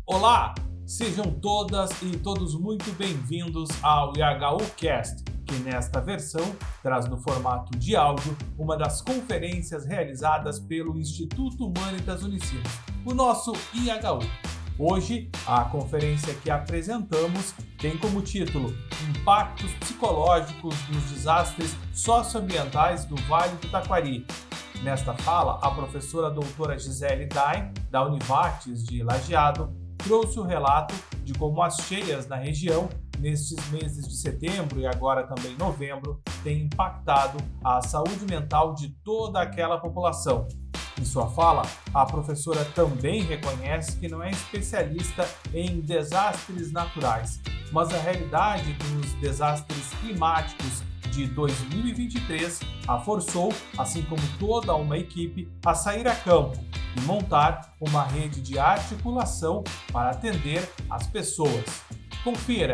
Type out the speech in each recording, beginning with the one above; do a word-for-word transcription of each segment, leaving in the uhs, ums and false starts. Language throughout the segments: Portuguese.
Olá, sejam todas e todos muito bem-vindos ao I H U Cast, que nesta versão traz no formato de áudio uma das conferências realizadas pelo Instituto Humanitas Unicinos, o nosso I H U. Hoje, a conferência que apresentamos tem como título Impactos Psicológicos nos Desastres Socioambientais do Vale do Taquari. Nesta fala, a professora doutora Gisele Dain, da Univates de Lajeado, trouxe o relato de como as cheias na região, nestes meses de setembro e agora também novembro, têm impactado a saúde mental de toda aquela população. Em sua fala, a professora também reconhece que não é especialista em desastres naturais, mas a realidade dos desastres climáticos de dois mil e vinte e três a forçou, assim como toda uma equipe, a sair a campo e montar uma rede de articulação para atender as pessoas. Confira!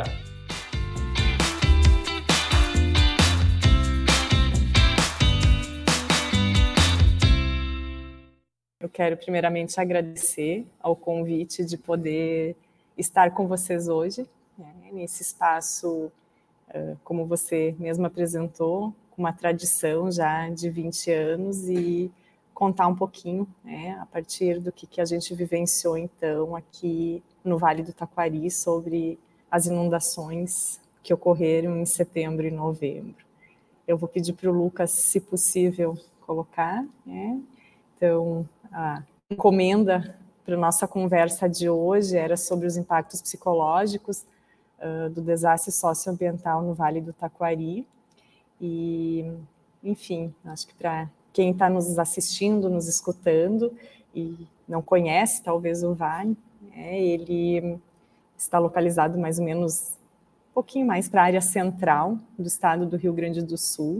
Eu quero primeiramente agradecer ao convite de poder estar com vocês hoje, né, nesse espaço, como você mesmo apresentou, com uma tradição já de vinte anos e contar um pouquinho, né, a partir do que, que a gente vivenciou então aqui no Vale do Taquari sobre as inundações que ocorreram em setembro e novembro. Eu vou pedir para o Lucas, se possível, colocar, né? Então, a encomenda para a nossa conversa de hoje era sobre os impactos psicológicos uh, do desastre socioambiental no Vale do Taquari. E, enfim, acho que para quem está nos assistindo, nos escutando e não conhece talvez o Vale, né, ele está localizado mais ou menos um pouquinho mais para a área central do estado do Rio Grande do Sul.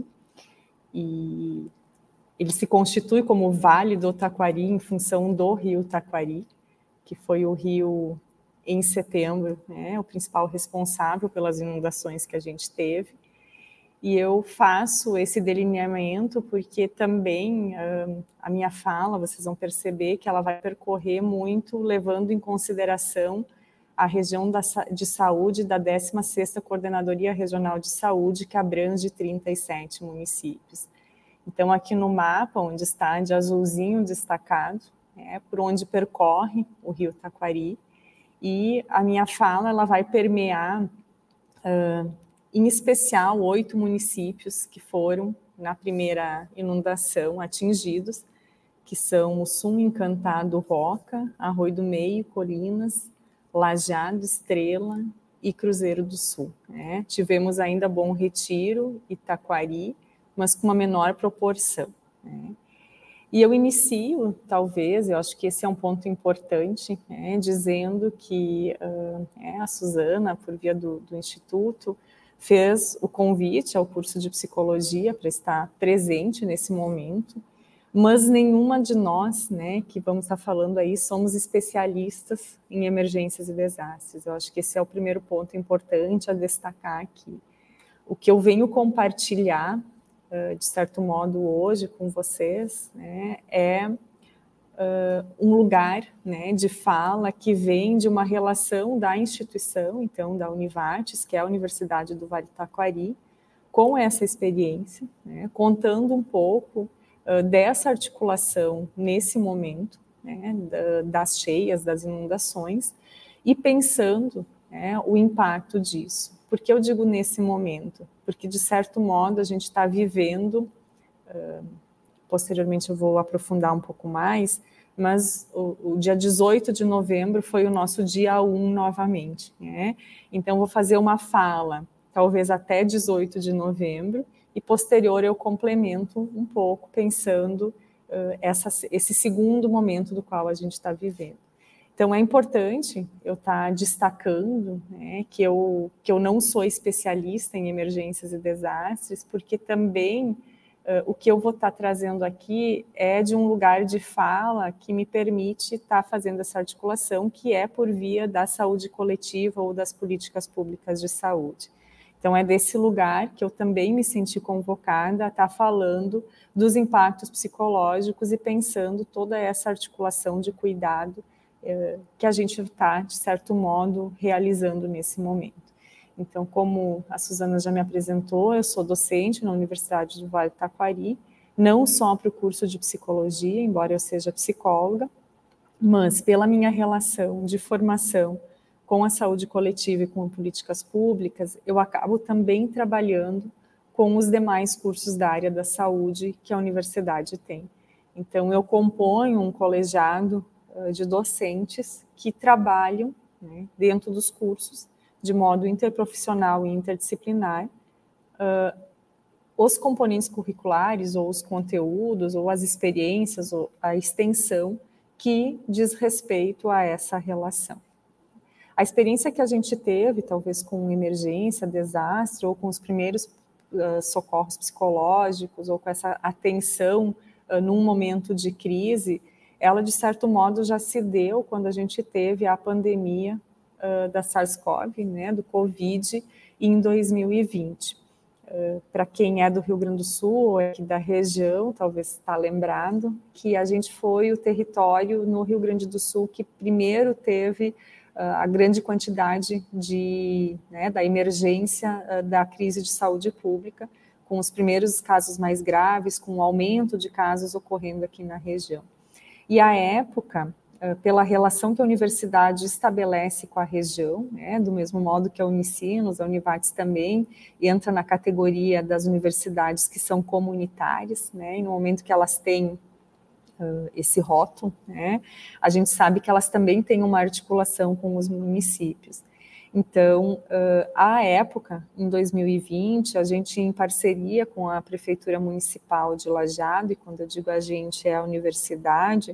E ele se constitui como Vale do Taquari em função do rio Taquari, que foi o rio, em setembro, né, o principal responsável pelas inundações que a gente teve. E eu faço esse delineamento porque também uh, a minha fala, vocês vão perceber que ela vai percorrer muito, levando em consideração a região da, de saúde da décima sexta Coordenadoria Regional de Saúde, que abrange trinta e sete municípios. Então, aqui no mapa, onde está de azulzinho destacado, é por onde percorre o rio Taquari, e a minha fala ela vai permear, uh, em especial, oito municípios que foram, na primeira inundação, atingidos, que são o Sum Encantado, Roca, Arroio do Meio, Colinas, Lajeado, Estrela e Cruzeiro do Sul. Né? Tivemos ainda Bom Retiro e Taquari, mas com uma menor proporção. Né? E eu inicio, talvez, eu acho que esse é um ponto importante, né, dizendo que uh, é, a Suzana, por via do, do Instituto, fez o convite ao curso de psicologia para estar presente nesse momento, mas nenhuma de nós, né, que vamos estar falando aí, somos especialistas em emergências e desastres. Eu acho que esse é o primeiro ponto importante a destacar aqui. O que eu venho compartilhar, de certo modo, hoje com vocês, né, é uh, um lugar, né, de fala que vem de uma relação da instituição, então, da Univates, que é a Universidade do Vale do Taquari, com essa experiência, né, contando um pouco uh, dessa articulação nesse momento, né, da, das cheias, das inundações, e pensando, né, o impacto disso. Por que eu digo nesse momento? Porque, de certo modo, a gente está vivendo, uh, posteriormente eu vou aprofundar um pouco mais, mas o, o dia dezoito de novembro foi o nosso dia um novamente. Né? Então, vou fazer uma fala, talvez até dezoito de novembro, e posterior eu complemento um pouco, pensando uh, essa, esse segundo momento do qual a gente está vivendo. Então, é importante eu estar destacando, né, que, eu, que eu não sou especialista em emergências e desastres, porque também uh, o que eu vou estar trazendo aqui é de um lugar de fala que me permite estar fazendo essa articulação, que é por via da saúde coletiva ou das políticas públicas de saúde. Então, é desse lugar que eu também me senti convocada a estar falando dos impactos psicológicos e pensando toda essa articulação de cuidado que a gente está, de certo modo, realizando nesse momento. Então, como a Suzana já me apresentou, eu sou docente na Universidade do Vale do Taquari, não só para o curso de psicologia, embora eu seja psicóloga, mas pela minha relação de formação com a saúde coletiva e com políticas públicas, eu acabo também trabalhando com os demais cursos da área da saúde que a universidade tem. Então, eu componho um colegiado uh, de docentes que trabalham, né, dentro dos cursos, de modo interprofissional e interdisciplinar, uh, os componentes curriculares, ou os conteúdos, ou as experiências, ou a extensão que diz respeito a essa relação. A experiência que a gente teve, talvez com emergência, desastre, ou com os primeiros uh, socorros psicológicos, ou com essa atenção uh, num momento de crise, ela, de certo modo, já se deu quando a gente teve a pandemia uh, da SARS-CoV, né, do Covid, em dois mil e vinte. Uh, Para quem é do Rio Grande do Sul, ou é aqui da região, talvez está lembrado, que a gente foi o território no Rio Grande do Sul que primeiro teve a grande quantidade de, né, da emergência uh, da crise de saúde pública, com os primeiros casos mais graves, com o aumento de casos ocorrendo aqui na região. E à época, uh, pela relação que a universidade estabelece com a região, né, do mesmo modo que a Unicinos, a Univates também entra na categoria das universidades que são comunitárias, né, e no momento que elas têm Uh, esse rótulo, né, a gente sabe que elas também têm uma articulação com os municípios. Então, uh, à época, em dois mil e vinte, a gente, em parceria com a Prefeitura Municipal de Lajeado, e quando eu digo a gente, é a universidade,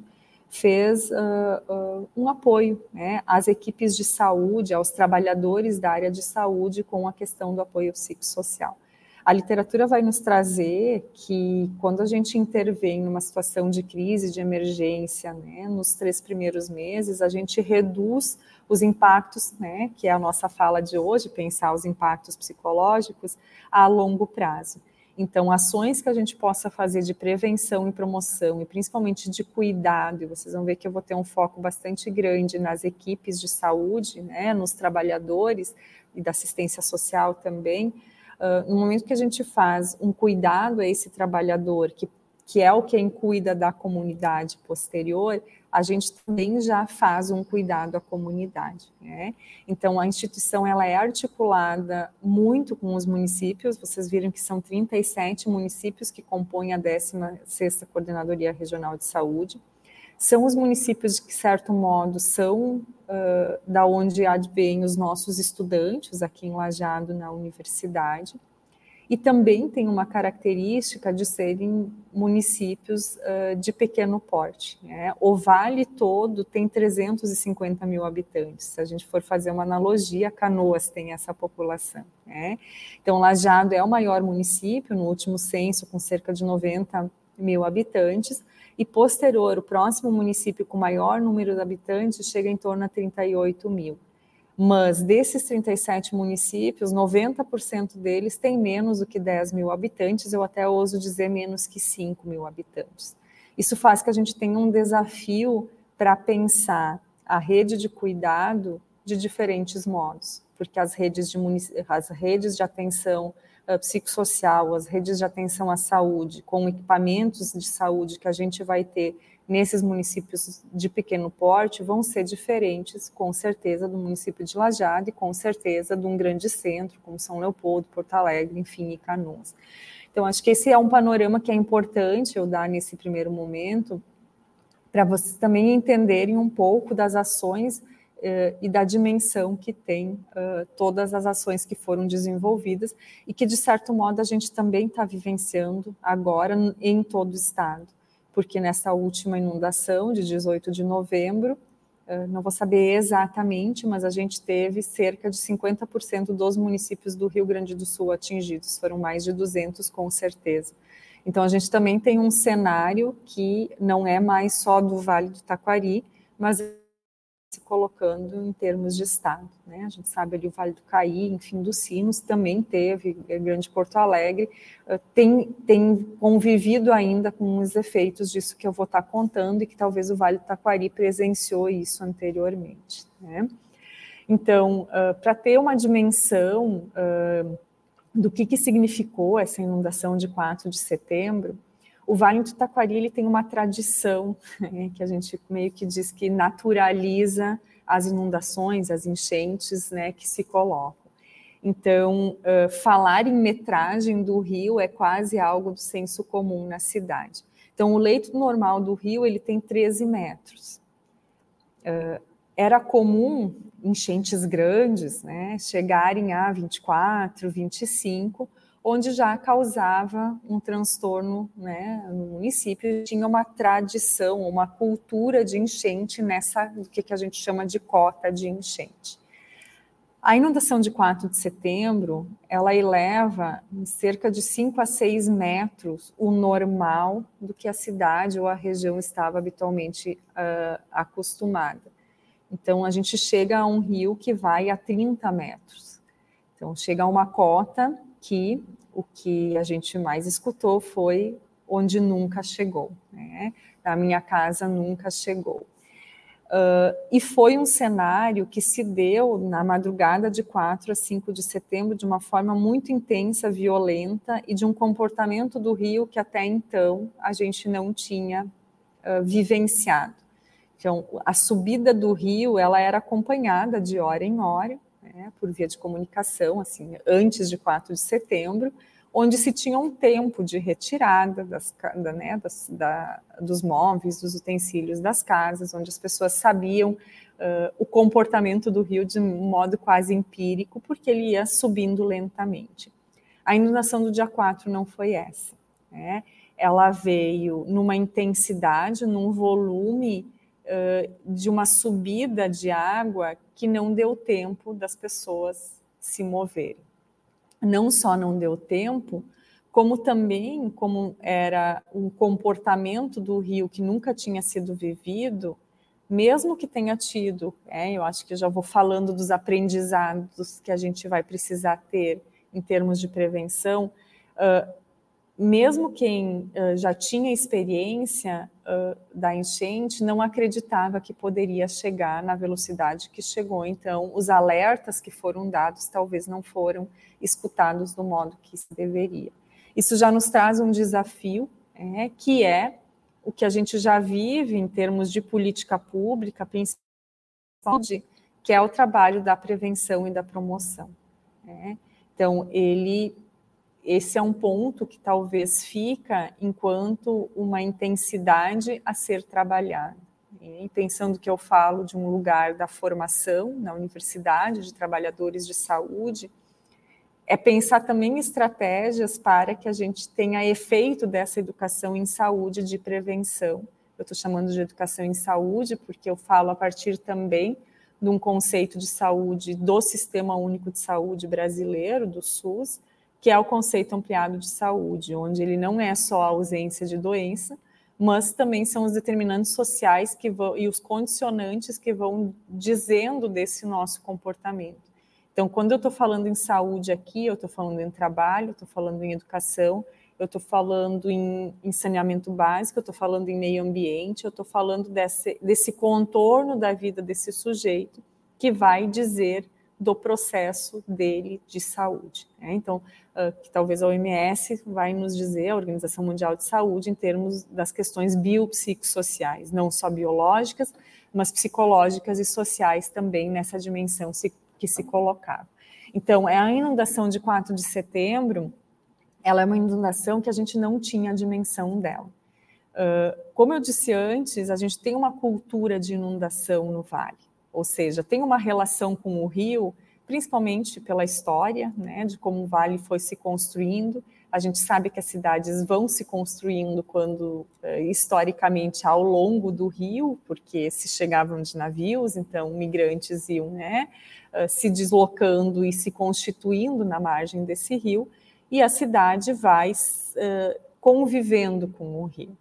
fez uh, uh, um apoio, né, às equipes de saúde, aos trabalhadores da área de saúde com a questão do apoio psicossocial. A literatura vai nos trazer que, quando a gente intervém numa situação de crise, de emergência, né, nos três primeiros meses, a gente reduz os impactos, né, que é a nossa fala de hoje, pensar os impactos psicológicos a longo prazo. Então, ações que a gente possa fazer de prevenção e promoção, e principalmente de cuidado, e vocês vão ver que eu vou ter um foco bastante grande nas equipes de saúde, né, nos trabalhadores e da assistência social também. Uh, no momento que a gente faz um cuidado a esse trabalhador, que, que é o quem cuida da comunidade posterior, a gente também já faz um cuidado à comunidade, né? Então, a instituição ela é articulada muito com os municípios, vocês viram que são trinta e sete municípios que compõem a décima sexta Coordenadoria Regional de Saúde. São os municípios que, de certo modo, são uh, da onde advêm os nossos estudantes aqui em Lajeado, na universidade, e também tem uma característica de serem municípios uh, de pequeno porte, né? O Vale todo tem trezentos e cinquenta mil habitantes, se a gente for fazer uma analogia, Canoas tem essa população, né? Então, Lajeado é o maior município, no último censo, com cerca de noventa mil habitantes, e posterior, o próximo município com maior número de habitantes chega em torno a trinta e oito mil. Mas desses trinta e sete municípios, noventa por cento deles têm menos do que dez mil habitantes, eu até ouso dizer menos que cinco mil habitantes. Isso faz que a gente tenha um desafio para pensar a rede de cuidado de diferentes modos, porque as redes de, munic... as redes de atenção uh, psicossocial, as redes de atenção à saúde, com equipamentos de saúde que a gente vai ter nesses municípios de pequeno porte, vão ser diferentes, com certeza, do município de Lajeado e, com certeza, de um grande centro, como São Leopoldo, Porto Alegre, enfim, e Canoas. Então, acho que esse é um panorama que é importante eu dar nesse primeiro momento, para vocês também entenderem um pouco das ações eh, e da dimensão que tem uh, todas as ações que foram desenvolvidas e que, de certo modo, a gente também está vivenciando agora em todo o estado. Porque nessa última inundação de dezoito de novembro, não vou saber exatamente, mas a gente teve cerca de cinquenta por cento dos municípios do Rio Grande do Sul atingidos, foram mais de duzentos com certeza. Então a gente também tem um cenário que não é mais só do Vale do Taquari, mas se colocando em termos de estado, né? A gente sabe ali o Vale do Caí, enfim, dos Sinos também teve, Grande Porto Alegre, tem, tem convivido ainda com os efeitos disso que eu vou estar contando e que talvez o Vale do Taquari presenciou isso anteriormente, né? Então, uh, para ter uma dimensão uh, do que, que significou essa inundação de quatro de setembro, o Vale do Taquari ele tem uma tradição, né, que a gente meio que diz que naturaliza as inundações, as enchentes, né, que se colocam. Então, uh, falar em metragem do rio é quase algo do senso comum na cidade. Então, o leito normal do rio ele tem treze metros. Uh, era comum enchentes grandes, né, chegarem a vinte e quatro, vinte e cinco, onde já causava um transtorno, né, no município, tinha uma tradição, uma cultura de enchente nessa, do que, que a gente chama de cota de enchente. A inundação de quatro de setembro, ela eleva em cerca de cinco a seis metros o normal do que a cidade ou a região estava habitualmente uh, acostumada. Então, a gente chega a um rio que vai a trinta metros. Então, chega a uma cota que o que a gente mais escutou foi onde nunca chegou, né? A minha casa nunca chegou. Uh, e foi um cenário que se deu na madrugada de quatro a cinco de setembro de uma forma muito intensa, violenta e de um comportamento do rio que até então a gente não tinha uh, vivenciado. Então, a subida do rio, ela era acompanhada de hora em hora, né, por via de comunicação, assim, antes de quatro de setembro, onde se tinha um tempo de retirada das, da, né, das, da, dos móveis, dos utensílios das casas, onde as pessoas sabiam uh, o comportamento do rio de um modo quase empírico, porque ele ia subindo lentamente. A inundação do dia quatro não foi essa, né? Ela veio numa intensidade, num volume uh, de uma subida de água que não deu tempo das pessoas se moverem. Não só não deu tempo, como também, como era um comportamento do rio que nunca tinha sido vivido, mesmo que tenha tido, é, eu acho que eu já vou falando dos aprendizados que a gente vai precisar ter em termos de prevenção, uh, mesmo quem uh, já tinha experiência uh, da enchente não acreditava que poderia chegar na velocidade que chegou. Então, os alertas que foram dados talvez não foram escutados do modo que se deveria. Isso já nos traz um desafio, é, que é o que a gente já vive em termos de política pública, principalmente, que é o trabalho da prevenção e da promoção. É. Então, ele... Esse é um ponto que talvez fica enquanto uma intensidade a ser trabalhada. E pensando que eu falo de um lugar da formação na universidade, de trabalhadores de saúde, é pensar também estratégias para que a gente tenha efeito dessa educação em saúde de prevenção. Eu estou chamando de educação em saúde porque eu falo a partir também de um conceito de saúde do Sistema Único de Saúde brasileiro, do SUS, que é o conceito ampliado de saúde, onde ele não é só a ausência de doença, mas também são os determinantes sociais que vão, e os condicionantes que vão dizendo desse nosso comportamento. Então, quando eu estou falando em saúde aqui, eu estou falando em trabalho, eu estou falando em educação, eu estou falando em, em saneamento básico, eu estou falando em meio ambiente, eu estou falando desse, desse contorno da vida desse sujeito que vai dizer do processo dele de saúde. Né? Então, uh, que talvez a O M S vai nos dizer, a Organização Mundial de Saúde, em termos das questões biopsicossociais, não só biológicas, mas psicológicas e sociais também nessa dimensão se, que se colocava. Então, a inundação de quatro de setembro, ela é uma inundação que a gente não tinha a dimensão dela. Uh, como eu disse antes, a gente tem uma cultura de inundação no Vale, ou seja, tem uma relação com o rio, principalmente pela história, né, de como o vale foi se construindo. A gente sabe que as cidades vão se construindo quando, historicamente, ao longo do rio, porque se chegavam de navios, então migrantes iam, né, se deslocando e se constituindo na margem desse rio, e a cidade vai uh, convivendo com o rio.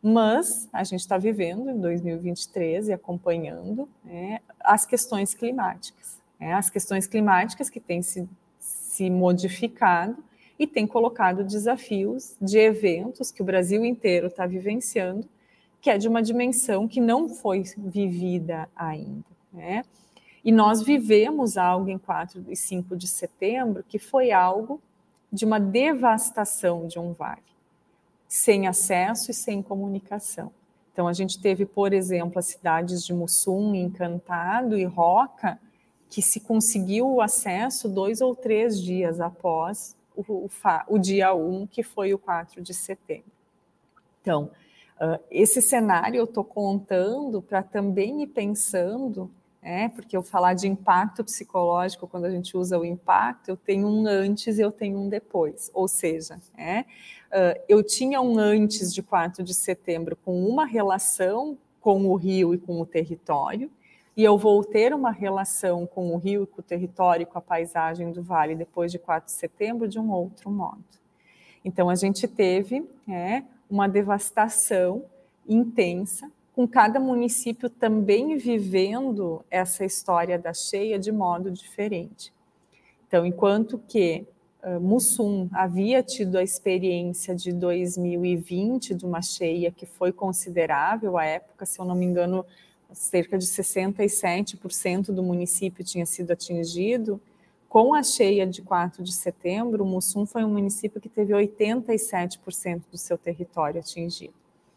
Mas a gente está vivendo em dois mil e vinte e três e acompanhando, né, as questões climáticas. Né, as questões climáticas que têm se, se modificado e têm colocado desafios de eventos que o Brasil inteiro está vivenciando, que é de uma dimensão que não foi vivida ainda. Né? E nós vivemos algo em quatro e cinco de setembro que foi algo de uma devastação de um vale, sem acesso e sem comunicação. Então, a gente teve, por exemplo, as cidades de Mussum, Encantado e Roca, que se conseguiu o acesso dois ou três dias após o, o, o dia um, que foi o quatro de setembro. Então, uh, esse cenário eu estou contando para também ir pensando, né, porque eu falar de impacto psicológico, quando a gente usa o impacto, eu tenho um antes e eu tenho um depois. Ou seja, né, uh, eu tinha um antes de quatro de setembro com uma relação com o rio e com o território, e eu vou ter uma relação com o rio, com o território, com a paisagem do vale depois de quatro de setembro de um outro modo. Então, a gente teve é, uma devastação intensa, com cada município também vivendo essa história da cheia de modo diferente. Então, enquanto que uh, Mussum havia tido a experiência de dois mil e vinte de uma cheia que foi considerável à época, se eu não me engano, cerca de sessenta e sete por cento do município tinha sido atingido. Com a cheia de quatro de setembro, Mussum foi um município que teve oitenta e sete por cento do seu território atingido.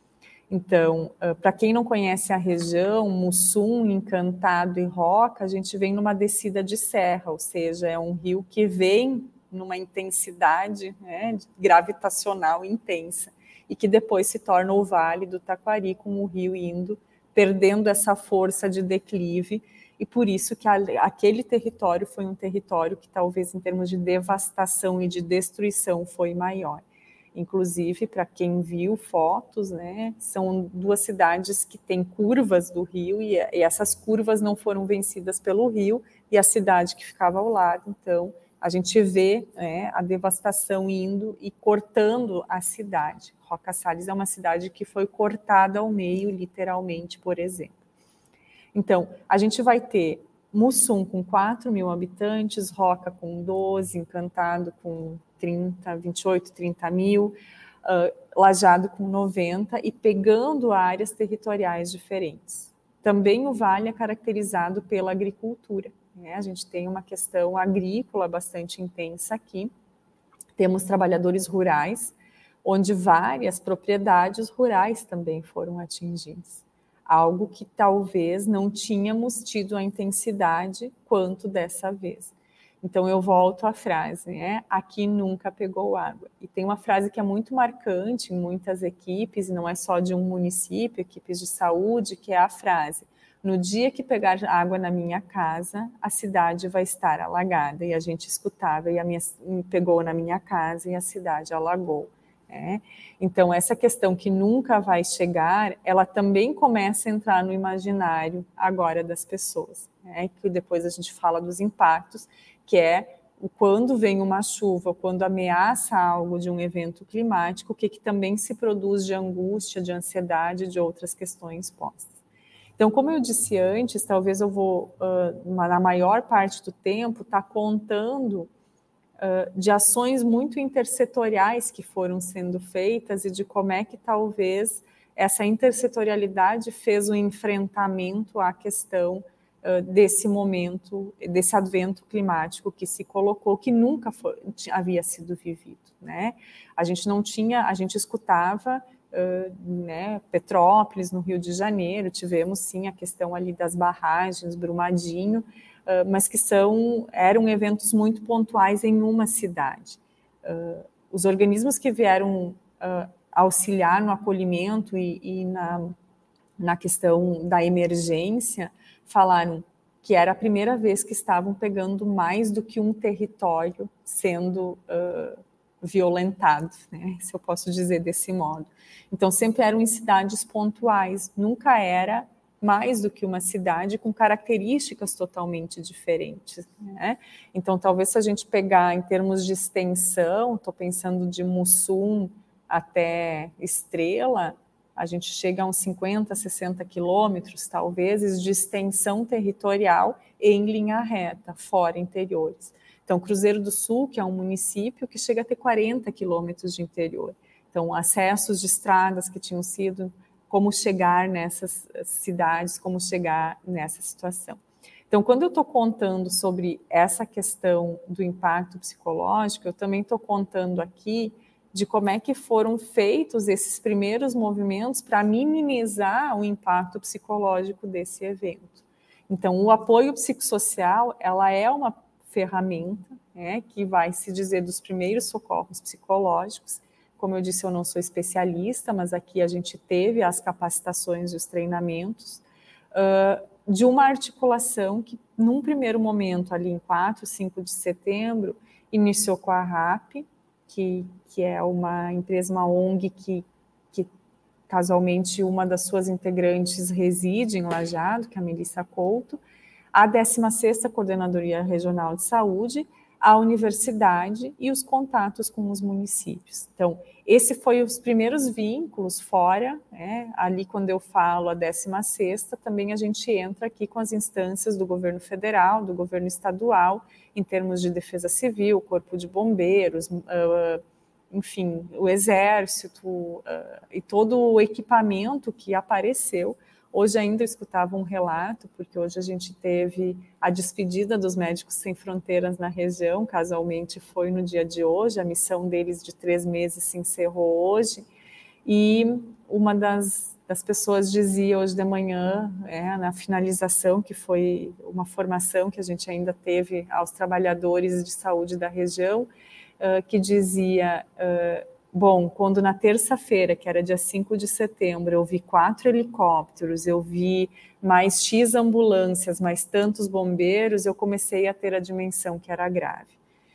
Então, para quem não conhece a região, Mussum, Encantado e Roca, a gente vem numa descida de serra, ou seja, é um rio que vem numa intensidade, né, gravitacional intensa, e que depois se torna o Vale do Taquari, com o rio indo, perdendo essa força de declive, e por isso que a, aquele território foi um território que talvez em termos de devastação e de destruição foi maior. Inclusive, para quem viu fotos, né, são duas cidades que têm curvas do rio, e, e essas curvas não foram vencidas pelo rio, e a cidade que ficava ao lado, então a gente vê, né, a devastação indo e cortando a cidade. Roca Salles é uma cidade que foi cortada ao meio, literalmente, por exemplo. Então, a gente vai ter Mussum com quatro mil habitantes, Roca com doze, Encantado com trinta, vinte e oito, trinta mil, uh, Lajeado com noventa, e pegando áreas territoriais diferentes. Também o Vale é caracterizado pela agricultura. Né? A gente tem uma questão agrícola bastante intensa aqui. Temos trabalhadores rurais, onde várias propriedades rurais também foram atingidas. Algo que talvez não tínhamos tido a intensidade quanto dessa vez. Então, eu volto à frase, né? Aqui nunca pegou água. E tem uma frase que é muito marcante em muitas equipes, e não é só de um município, equipes de saúde, que é a frase: no dia que pegar água na minha casa, a cidade vai estar alagada. E a gente escutava, e a minha, pegou na minha casa e a cidade alagou. É. Então, essa questão que nunca vai chegar, ela também começa a entrar no imaginário agora das pessoas, né? Que depois a gente fala dos impactos, que é quando vem uma chuva, quando ameaça algo de um evento climático, o que, que também se produz de angústia, de ansiedade, de outras questões postas. Então, como eu disse antes, talvez eu vou, uh, na maior parte do tempo, estar tá contando Uh, de ações muito intersetoriais que foram sendo feitas e de como é que talvez essa intersetorialidade fez o enfrentamento à questão uh, desse momento, desse advento climático que se colocou, que nunca foi, havia sido vivido, né? A gente não tinha, a gente escutava, uh, né, Petrópolis, no Rio de Janeiro, tivemos sim a questão ali das barragens, Brumadinho, Uh, mas que são, eram eventos muito pontuais em uma cidade. Uh, os organismos que vieram uh, auxiliar no acolhimento e, e na, na questão da emergência falaram que era a primeira vez que estavam pegando mais do que um território sendo violentado, né, se eu posso dizer desse modo. Então, sempre eram em cidades pontuais, nunca era mais do que uma cidade com características totalmente diferentes, né? Então, talvez se a gente pegar em termos de extensão, estou pensando de Mussum até Estrela, a gente chega a uns cinquenta, sessenta quilômetros, talvez, de extensão territorial em linha reta, fora interiores. Então, Cruzeiro do Sul, que é um município que chega a ter quarenta quilômetros de interior. Então, acessos de estradas que tinham sido, como chegar nessas cidades, como chegar nessa situação. Então, quando eu estou contando sobre essa questão do impacto psicológico, eu também estou contando aqui de como é que foram feitos esses primeiros movimentos para minimizar o impacto psicológico desse evento. Então, o apoio psicossocial, ela é uma ferramenta, né, que vai se dizer dos primeiros socorros psicológicos. Como eu disse, eu não sou especialista, mas aqui a gente teve as capacitações e os treinamentos uh, de uma articulação que, num primeiro momento, ali em quatro, cinco de setembro, iniciou com a RAP, que, que é uma empresa, uma O N G que, que casualmente uma das suas integrantes reside em Lajeado, que é a Melissa Couto, a décima sexta Coordenadoria Regional de Saúde, a universidade e os contatos com os municípios. Então, esse foi os primeiros vínculos fora, né? Ali quando eu falo a décima sexta, também a gente entra aqui com as instâncias do governo federal, do governo estadual, em termos de defesa civil, corpo de bombeiros, uh, enfim, o exército uh, e todo o equipamento que apareceu. Hoje ainda eu escutava um relato, porque hoje a gente teve a despedida dos Médicos Sem Fronteiras na região, casualmente foi no dia de hoje, a missão deles de três meses se encerrou hoje, e uma das, das pessoas dizia hoje de manhã, é, na finalização, que foi uma formação que a gente ainda teve aos trabalhadores de saúde da região, uh, que dizia... Uh, Bom, quando na terça-feira, que era dia cinco de setembro, eu vi quatro helicópteros, eu vi mais X ambulâncias, mais tantos bombeiros, eu comecei a ter a dimensão que era grave.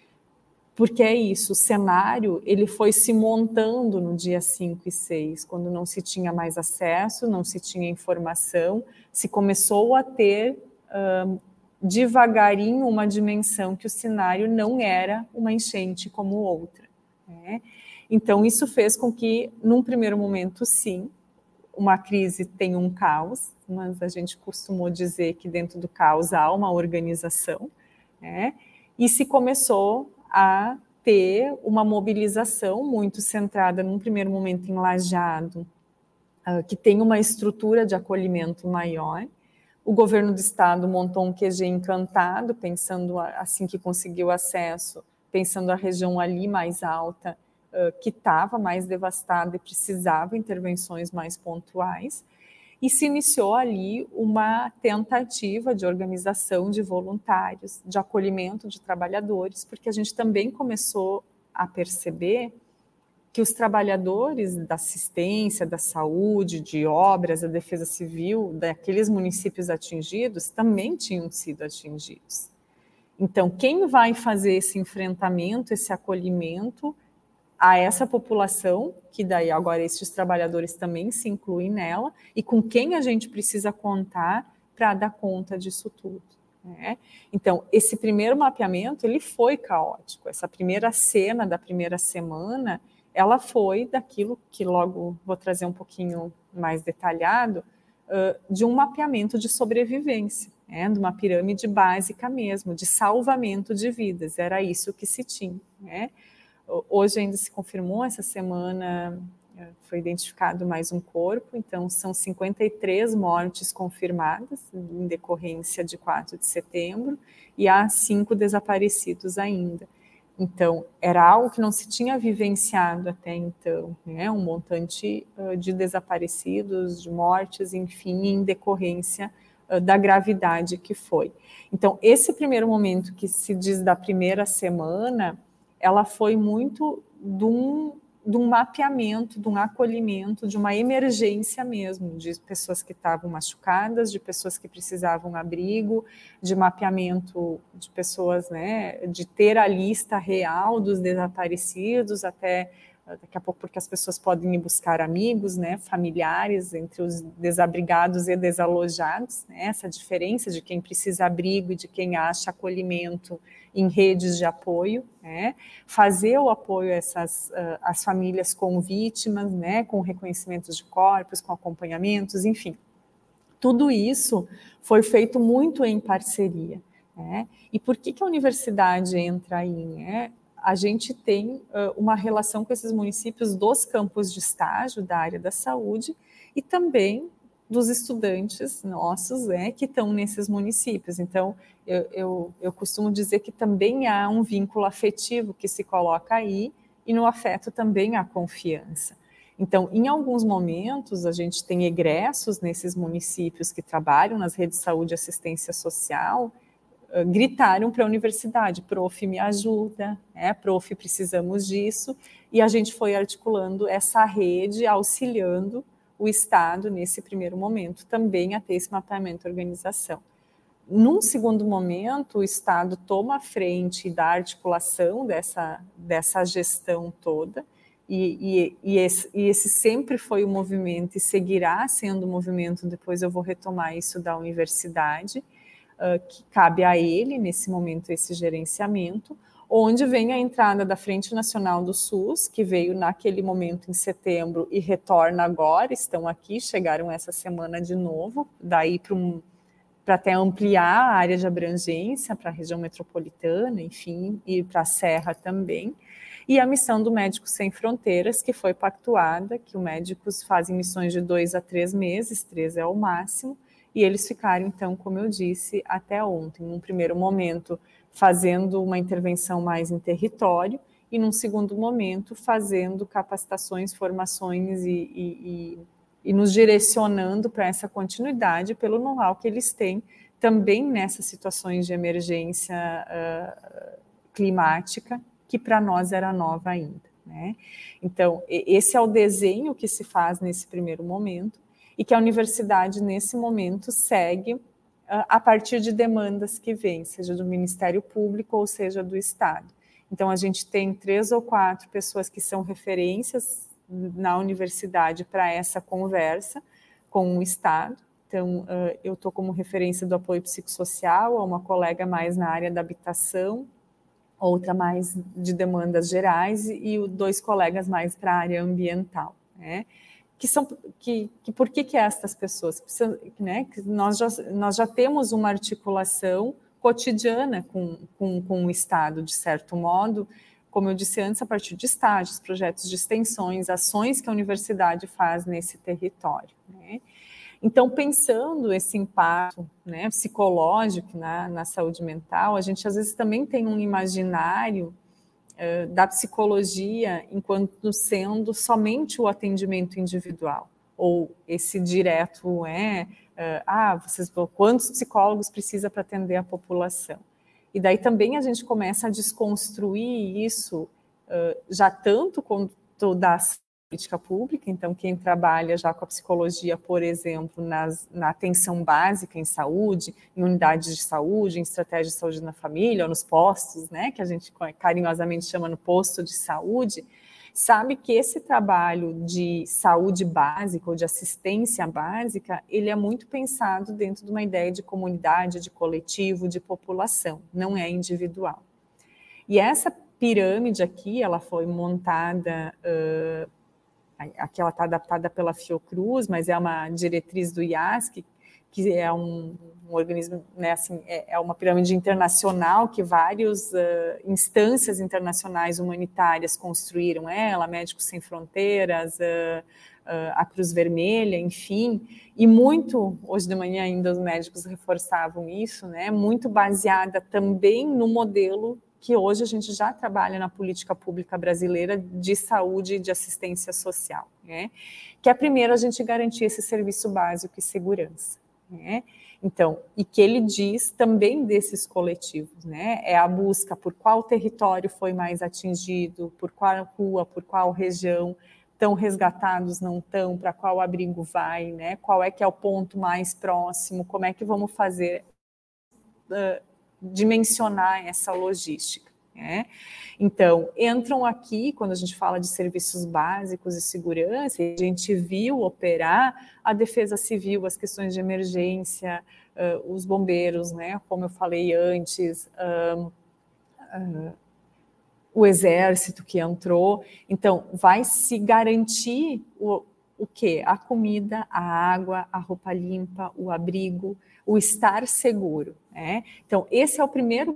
Porque é isso, o cenário ele foi se montando no dia cinco e seis, quando não se tinha mais acesso, não se tinha informação, se começou a ter hum, devagarinho uma dimensão que o cenário não era uma enchente como outra, né? Então, isso fez com que, num primeiro momento, sim, uma crise tem um caos, mas a gente costumou dizer que dentro do caos há uma organização, né? E se começou a ter uma mobilização muito centrada, num primeiro momento, em Lajeado, uh, que tem uma estrutura de acolhimento maior. O governo do estado montou um Q G encantado, pensando, assim que conseguiu acesso, pensando a região ali mais alta, Uh, que estava mais devastada e precisava intervenções mais pontuais, e se iniciou ali uma tentativa de organização de voluntários, de acolhimento de trabalhadores, porque a gente também começou a perceber que os trabalhadores da assistência, da saúde, de obras, da defesa civil, daqueles municípios atingidos, também tinham sido atingidos. Então, quem vai fazer esse enfrentamento, esse acolhimento a essa população, que daí agora esses trabalhadores também se incluem nela, e com quem a gente precisa contar para dar conta disso tudo, né? Então, esse primeiro mapeamento, ele foi caótico. Essa primeira cena da primeira semana, ela foi daquilo que logo vou trazer um pouquinho mais detalhado, uh, de um mapeamento de sobrevivência, né? De uma pirâmide básica mesmo, de salvamento de vidas, era isso que se tinha, né? Hoje ainda se confirmou, essa semana foi identificado mais um corpo, então são cinquenta e três mortes confirmadas em decorrência de quatro de setembro e há cinco desaparecidos ainda. Então, era algo que não se tinha vivenciado até então, né? Um montante de desaparecidos, de mortes, enfim, em decorrência da gravidade que foi. Então, esse primeiro momento que se diz da primeira semana, ela foi muito de um, de um mapeamento, de um acolhimento, de uma emergência mesmo, de pessoas que estavam machucadas, de pessoas que precisavam abrigo, de mapeamento de pessoas, né, de ter a lista real dos desaparecidos, até daqui a pouco porque as pessoas podem ir buscar amigos, né, familiares, entre os desabrigados e desalojados, né, essa diferença de quem precisa abrigo e de quem acha acolhimento em redes de apoio, né, fazer o apoio a essas uh, as famílias com vítimas, né, com reconhecimentos de corpos, com acompanhamentos, enfim. Tudo isso foi feito muito em parceria, né? E por que que a universidade entra aí, né? A gente tem uh, uma relação com esses municípios dos campos de estágio da área da saúde e também dos estudantes nossos, né, que estão nesses municípios. Então, eu, eu, eu costumo dizer que também há um vínculo afetivo que se coloca aí e no afeto também há confiança. Então, em alguns momentos, a gente tem egressos nesses municípios que trabalham nas redes de saúde e assistência social, uh, gritaram para a universidade, prof, me ajuda, né? Prof, precisamos disso, e a gente foi articulando essa rede, auxiliando o Estado, nesse primeiro momento, também a ter esse mapeamento e organização. Num segundo momento, o Estado toma a frente da articulação dessa, dessa gestão toda, E, e, e, esse, e esse sempre foi o movimento e seguirá sendo o movimento, depois eu vou retomar isso da universidade, uh, que cabe a ele, nesse momento, esse gerenciamento, onde vem a entrada da Frente Nacional do SUS, que veio naquele momento em setembro e retorna agora, estão aqui, chegaram essa semana de novo, daí para um, para até ampliar a área de abrangência para a região metropolitana, enfim, e para a Serra também. E a missão do Médicos Sem Fronteiras, que foi pactuada, que os médicos fazem missões de dois a três meses, três é o máximo, e eles ficaram, então, como eu disse, até ontem, num primeiro momento, fazendo uma intervenção mais em território, e num segundo momento, fazendo capacitações, formações e, e, e, e nos direcionando para essa continuidade pelo know-how que eles têm, também nessas situações de emergência uh, climática, que para nós era nova ainda, né? Então, esse é o desenho que se faz nesse primeiro momento e que a universidade, nesse momento, segue uh, a partir de demandas que vêm, seja do Ministério Público ou seja do Estado. Então, a gente tem três ou quatro pessoas que são referências na universidade para essa conversa com o Estado. Então, uh, eu estou como referência do apoio psicossocial, a uma colega mais na área da habitação, outra mais de demandas gerais e dois colegas mais para a área ambiental, né? Que são, que, que por que que estas pessoas, né? Que nós já nós já temos uma articulação cotidiana com, com, com o Estado, de certo modo, como eu disse antes, a partir de estágios, projetos de extensões, ações que a universidade faz nesse território, né? Então, pensando esse impacto, né, psicológico na, na saúde mental, a gente às vezes também tem um imaginário uh, da psicologia enquanto sendo somente o atendimento individual, ou esse direto é, uh, ah, vocês, quantos psicólogos precisa para atender a população? E daí também a gente começa a desconstruir isso, uh, já tanto quanto das política pública, então quem trabalha já com a psicologia, por exemplo, nas, na atenção básica em saúde, em unidades de saúde, em estratégia de saúde na família, ou nos postos, né, que a gente carinhosamente chama no posto de saúde, sabe que esse trabalho de saúde básica ou de assistência básica, ele é muito pensado dentro de uma ideia de comunidade, de coletivo, de população, não é individual. E essa pirâmide aqui, ela foi montada... Uh, aqui ela está adaptada pela Fiocruz, mas é uma diretriz do I A S C, que é um, um organismo, né, assim, é, é uma pirâmide internacional que várias uh, instâncias internacionais humanitárias construíram ela, Médicos Sem Fronteiras, uh, uh, a Cruz Vermelha, enfim, e muito, hoje de manhã ainda os médicos reforçavam isso, né, muito baseada também no modelo que hoje a gente já trabalha na política pública brasileira de saúde e de assistência social, né? Que é primeiro a gente garantir esse serviço básico e segurança, né? Então, e que ele diz também desses coletivos, né? É a busca por qual território foi mais atingido, por qual rua, por qual região, estão resgatados, não estão, para qual abrigo vai, né? Qual é que é o ponto mais próximo, como é que vamos fazer... Uh, dimensionar essa logística, né? Então, entram aqui, quando a gente fala de serviços básicos e segurança, a gente viu operar a defesa civil, as questões de emergência, uh, os bombeiros, né? Como eu falei antes, uh, uh, o exército que entrou. Então, vai se garantir o, o quê? A comida, a água, a roupa limpa, o abrigo, o estar seguro, né? Então, esse é o primeiro.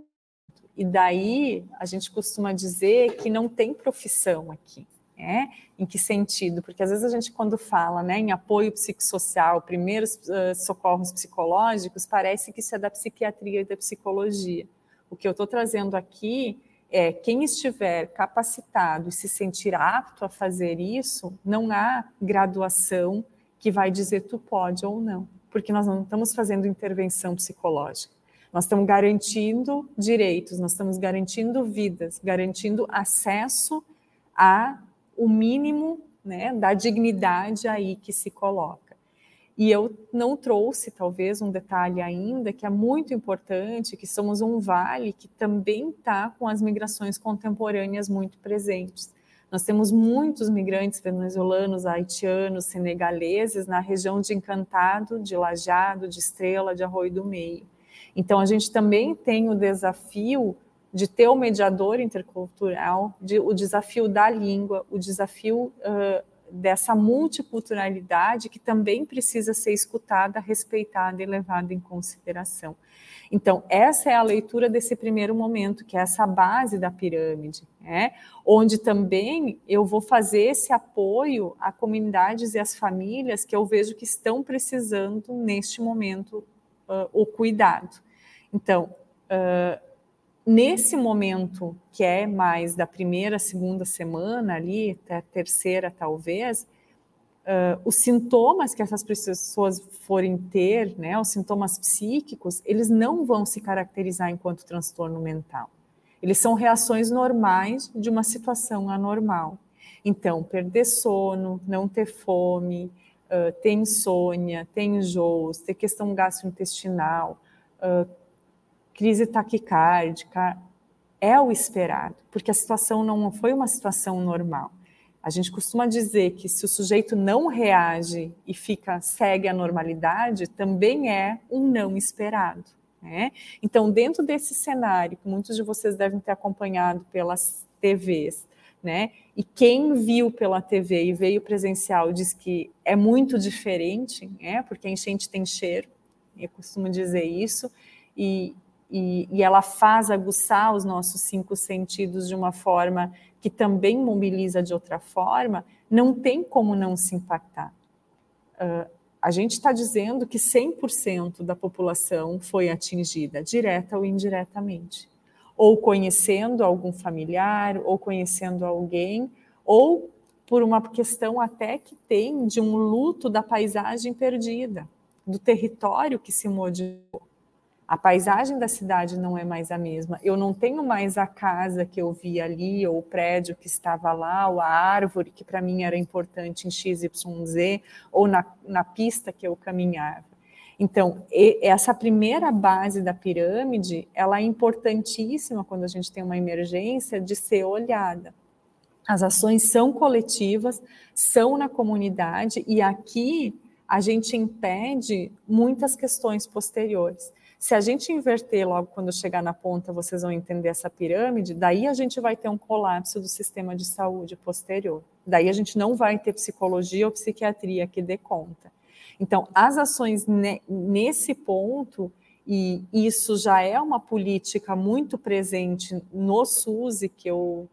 E daí a gente costuma dizer que não tem profissão aqui, né? Em que sentido? Porque às vezes a gente, quando fala, né, em apoio psicossocial, primeiros uh, socorros psicológicos, parece que isso é da psiquiatria e da psicologia. O que eu estou trazendo aqui é quem estiver capacitado e se sentir apto a fazer isso, não há graduação que vai dizer tu pode ou não, porque nós não estamos fazendo intervenção psicológica. Nós estamos garantindo direitos, nós estamos garantindo vidas, garantindo acesso a o mínimo, né, da dignidade aí que se coloca. E eu não trouxe, talvez, um detalhe ainda que é muito importante, que somos um vale que também está com as migrações contemporâneas muito presentes. Nós temos muitos migrantes venezuelanos, haitianos, senegaleses na região de Encantado, de Lajeado, de Estrela, de Arroio do Meio. Então, a gente também tem o desafio de ter o mediador intercultural, de, o desafio da língua, o desafio uh, dessa multiculturalidade que também precisa ser escutada, respeitada e levada em consideração. Então, essa é a leitura desse primeiro momento, que é essa base da pirâmide, né? Onde também eu vou fazer esse apoio a comunidades e às famílias que eu vejo que estão precisando, neste momento, uh, o cuidado. Então, uh, nesse momento que é mais da primeira, segunda semana ali, até a terceira talvez, uh, os sintomas que essas pessoas forem ter, né, os sintomas psíquicos, eles não vão se caracterizar enquanto transtorno mental. Eles são reações normais de uma situação anormal. Então, perder sono, não ter fome, uh, ter insônia, ter enjoos, ter questão gastrointestinal, uh, crise taquicárdica, é o esperado, porque a situação não foi uma situação normal. A gente costuma dizer que se o sujeito não reage e fica, segue a normalidade, também é um não esperado, né? Então, dentro desse cenário, que muitos de vocês devem ter acompanhado pelas T Vs, né? E quem viu pela T V e veio presencial diz que é muito diferente, né? Porque a enchente tem cheiro, eu costumo dizer isso, e E, e ela faz aguçar os nossos cinco sentidos de uma forma que também mobiliza de outra forma, não tem como não se impactar. Uh, a gente está dizendo que cem por cento da população foi atingida, direta ou indiretamente, ou conhecendo algum familiar, ou conhecendo alguém, ou por uma questão até que tem de um luto da paisagem perdida, do território que se modificou. A paisagem da cidade não é mais a mesma. Eu não tenho mais a casa que eu vi ali, ou o prédio que estava lá, ou a árvore que para mim era importante em X Y Z, ou na, na pista que eu caminhava. Então, essa primeira base da pirâmide, ela é importantíssima quando a gente tem uma emergência de ser olhada. As ações são coletivas, são na comunidade, e aqui a gente impede muitas questões posteriores. Se a gente inverter logo quando chegar na ponta, vocês vão entender essa pirâmide, daí a gente vai ter um colapso do sistema de saúde posterior. Daí a gente não vai ter psicologia ou psiquiatria que dê conta. Então, as ações ne- nesse ponto, e isso já é uma política muito presente no SUS, e que eu,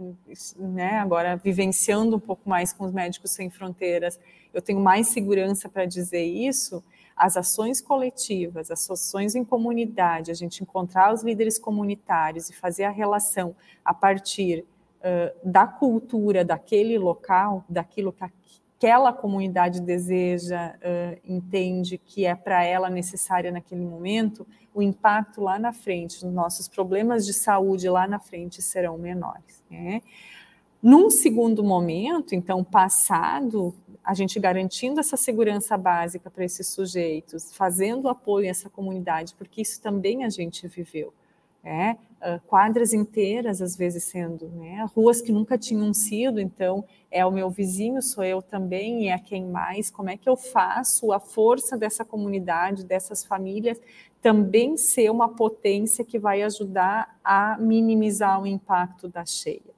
né, agora vivenciando um pouco mais com os Médicos Sem Fronteiras, eu tenho mais segurança para dizer isso. As ações coletivas, as ações em comunidade, a gente encontrar os líderes comunitários e fazer a relação a partir uh, da cultura daquele local, daquilo que aquela comunidade deseja, uh, entende que é para ela necessária naquele momento, o impacto lá na frente, os nossos problemas de saúde lá na frente serão menores, né? Num segundo momento, então, passado, a gente garantindo essa segurança básica para esses sujeitos, fazendo apoio a essa comunidade, porque isso também a gente viveu. é, quadras inteiras, às vezes sendo, né, ruas que nunca tinham sido, então é o meu vizinho, sou eu também, e é quem mais, como é que eu faço a força dessa comunidade, dessas famílias, também ser uma potência que vai ajudar a minimizar o impacto da cheia.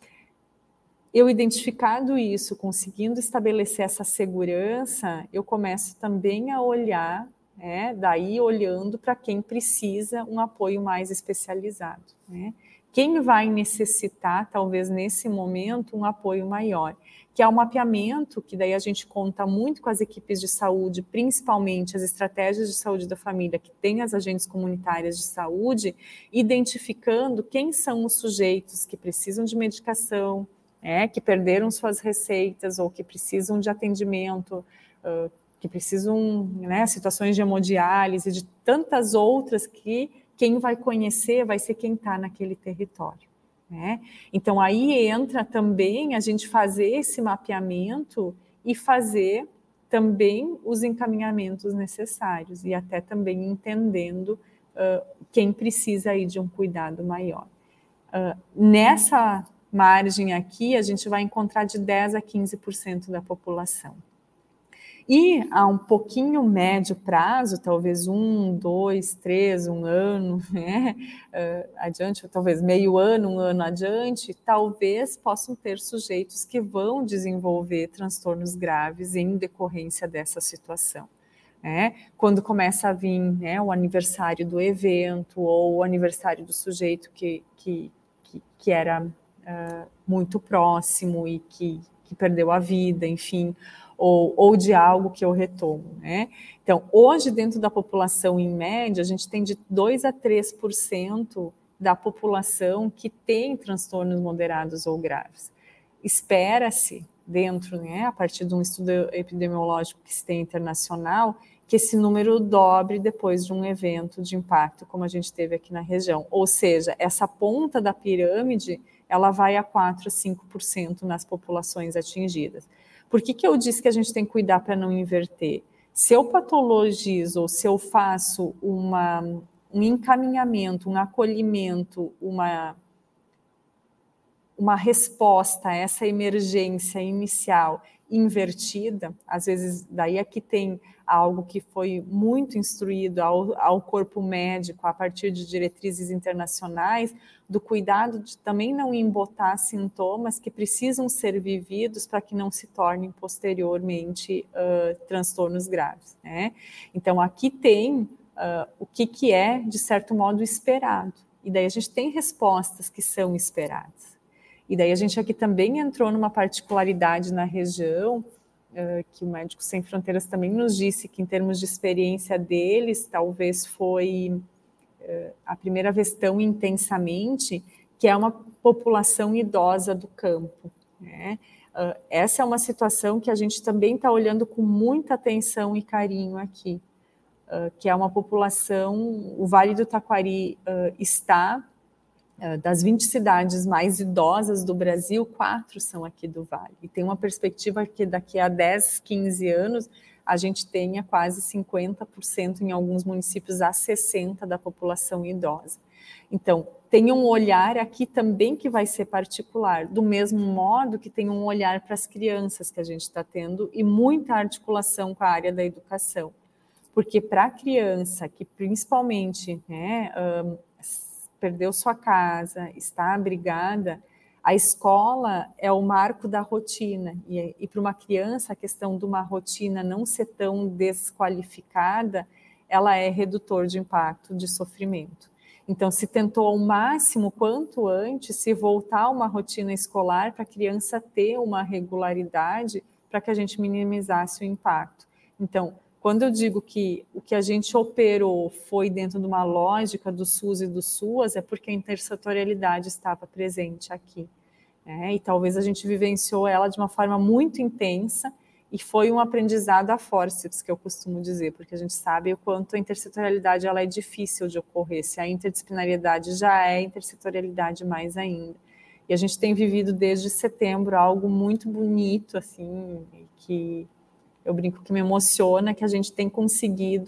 Eu identificado isso, conseguindo estabelecer essa segurança, eu começo também a olhar, né, daí olhando para quem precisa um apoio mais especializado, né? Quem vai necessitar, talvez nesse momento, um apoio maior, que é o mapeamento, que daí a gente conta muito com as equipes de saúde, principalmente as estratégias de saúde da família, que tem as agentes comunitárias de saúde, identificando quem são os sujeitos que precisam de medicação, É, que perderam suas receitas ou que precisam de atendimento, uh, que precisam, né, situações de hemodiálise, de tantas outras que quem vai conhecer vai ser quem está naquele território, né? Então, aí entra também a gente fazer esse mapeamento e fazer também os encaminhamentos necessários e até também entendendo uh, quem precisa aí de um cuidado maior. Uh, nessa margem aqui, a gente vai encontrar de dez a quinze por cento da população. E a um pouquinho médio prazo, talvez um, dois, três, um ano, né, uh, adiante, ou talvez meio ano, um ano adiante, talvez possam ter sujeitos que vão desenvolver transtornos graves em decorrência dessa situação. É, quando começa a vir, né, o aniversário do evento ou o aniversário do sujeito que, que, que, que era uh, muito próximo e que, que perdeu a vida, enfim, ou, ou de algo que eu retomo, né? Então, hoje, dentro da população, em média, a gente tem de dois a três por cento da população que tem transtornos moderados ou graves. Espera-se, dentro, né, a partir de um estudo epidemiológico que se tem internacional, que esse número dobre depois de um evento de impacto como a gente teve aqui na região. Ou seja, essa ponta da pirâmide, ela vai a quatro a cinco por cento nas populações atingidas. Por que que eu disse que a gente tem que cuidar para não inverter? Se eu patologizo ou se eu faço uma, um encaminhamento, um acolhimento, uma... uma resposta a essa emergência inicial invertida, às vezes daí aqui tem algo que foi muito instruído ao, ao corpo médico a partir de diretrizes internacionais, do cuidado de também não embotar sintomas que precisam ser vividos para que não se tornem posteriormente uh, transtornos graves, né? Então aqui tem uh, o que, que é, de certo modo, esperado, e daí a gente tem respostas que são esperadas. E daí a gente aqui também entrou numa particularidade na região, uh, que o Médicos Sem Fronteiras também nos disse que, em termos de experiência deles, talvez foi uh, a primeira vez tão intensamente, que é uma população idosa do campo, né? Uh, essa é uma situação que a gente também está olhando com muita atenção e carinho aqui, uh, que é uma população, o Vale do Taquari uh, está... das vinte cidades mais idosas do Brasil, quatro são aqui do Vale. E tem uma perspectiva que daqui a dez, quinze anos a gente tenha quase cinquenta por cento em alguns municípios a sessenta por cento da população idosa. Então, tem um olhar aqui também que vai ser particular, do mesmo modo que tem um olhar para as crianças que a gente está tendo e muita articulação com a área da educação. Porque para a criança que principalmente, né, um, perdeu sua casa, está abrigada, a escola é o marco da rotina. E, e para uma criança, a questão de uma rotina não ser tão desqualificada, ela é redutor de impacto, de sofrimento. Então, se tentou ao máximo, quanto antes, se voltar a uma rotina escolar para a criança ter uma regularidade para que a gente minimizasse o impacto. Então, quando eu digo que o que a gente operou foi dentro de uma lógica do SUS e do SUAS, é porque a intersetorialidade estava presente aqui, né? E talvez a gente vivenciou ela de uma forma muito intensa e foi um aprendizado a forceps, que eu costumo dizer, porque a gente sabe o quanto a intersetorialidade ela é difícil de ocorrer. Se a interdisciplinariedade já é intersetorialidade mais ainda. E a gente tem vivido desde setembro algo muito bonito, assim, que... eu brinco que me emociona que a gente tem conseguido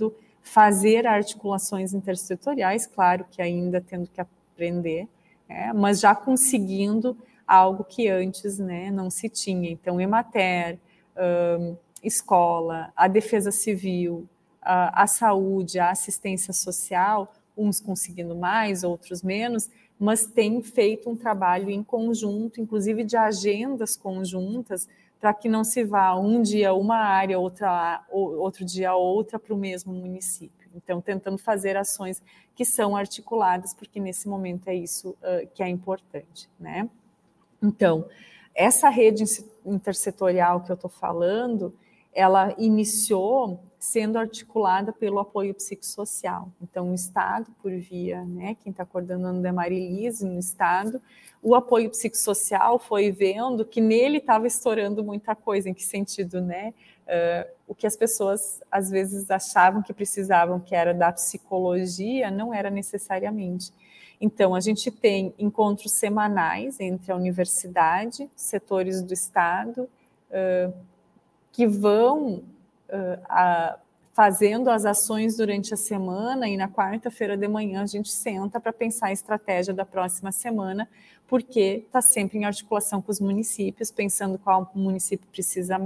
fazer articulações intersetoriais, claro que ainda tendo que aprender, né, mas já conseguindo algo que antes, né, não se tinha. Então, Emater, um, escola, a defesa civil, a, a saúde, a assistência social, uns conseguindo mais, outros menos, mas tem feito um trabalho em conjunto, inclusive de agendas conjuntas, para que não se vá um dia uma área, outra, outro dia outra para o mesmo município. Então, tentando fazer ações que são articuladas, porque nesse momento é isso uh, que é importante, né? Então, essa rede intersetorial que eu estou falando, ela iniciou sendo articulada pelo apoio psicossocial. Então, o Estado, por via, né, quem está coordenando é Marilise no Estado, o apoio psicossocial foi vendo que nele estava estourando muita coisa. Em que sentido, né? Uh, o que as pessoas às vezes achavam que precisavam, que era da psicologia, não era necessariamente. Então, a gente tem encontros semanais entre a universidade, setores do Estado, uh, que vão uh, a, fazendo as ações durante a semana, e na quarta-feira de manhã a gente senta para pensar a estratégia da próxima semana, porque está sempre em articulação com os municípios, pensando qual município precisa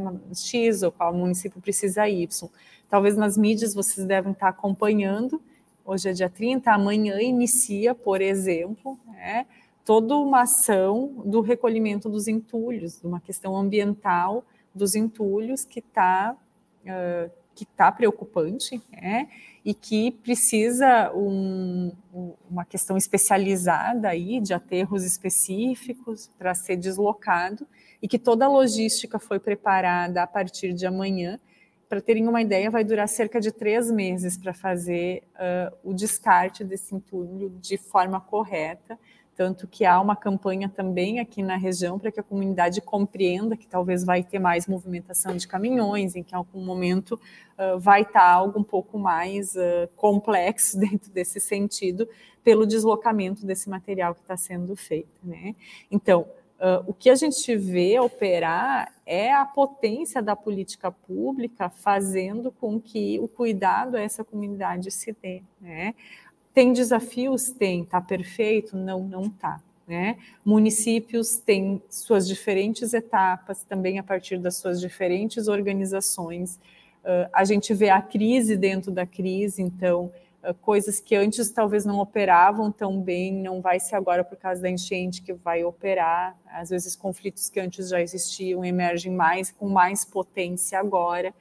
X ou qual município precisa Y. Talvez nas mídias vocês devem estar acompanhando. Hoje é dia trinta, amanhã inicia, por exemplo, né, toda uma ação do recolhimento dos entulhos, de uma questão ambiental dos entulhos que está uh, que tá preocupante, né, e que precisa um, uma questão especializada aí, de aterros específicos para ser deslocado, e que toda a logística foi preparada a partir de amanhã. Para terem uma ideia, vai durar cerca de três meses para fazer uh, o descarte desse entulho de forma correta, tanto que há uma campanha também aqui na região para que a comunidade compreenda que talvez vai ter mais movimentação de caminhões, em que em algum momento uh, vai estar algo um pouco mais uh, complexo dentro desse sentido, pelo deslocamento desse material que está sendo feito, né? Então, Uh, o que a gente vê operar é a potência da política pública fazendo com que o cuidado a essa comunidade se dê, né? Tem desafios? Tem. Está perfeito? Não, não está. Né? Municípios têm suas diferentes etapas, também a partir das suas diferentes organizações. Uh, a gente vê a crise dentro da crise, então, uh, coisas que antes talvez não operavam tão bem, não vai ser agora por causa da enchente que vai operar. Às vezes, conflitos que antes já existiam emergem mais, com mais potência agora.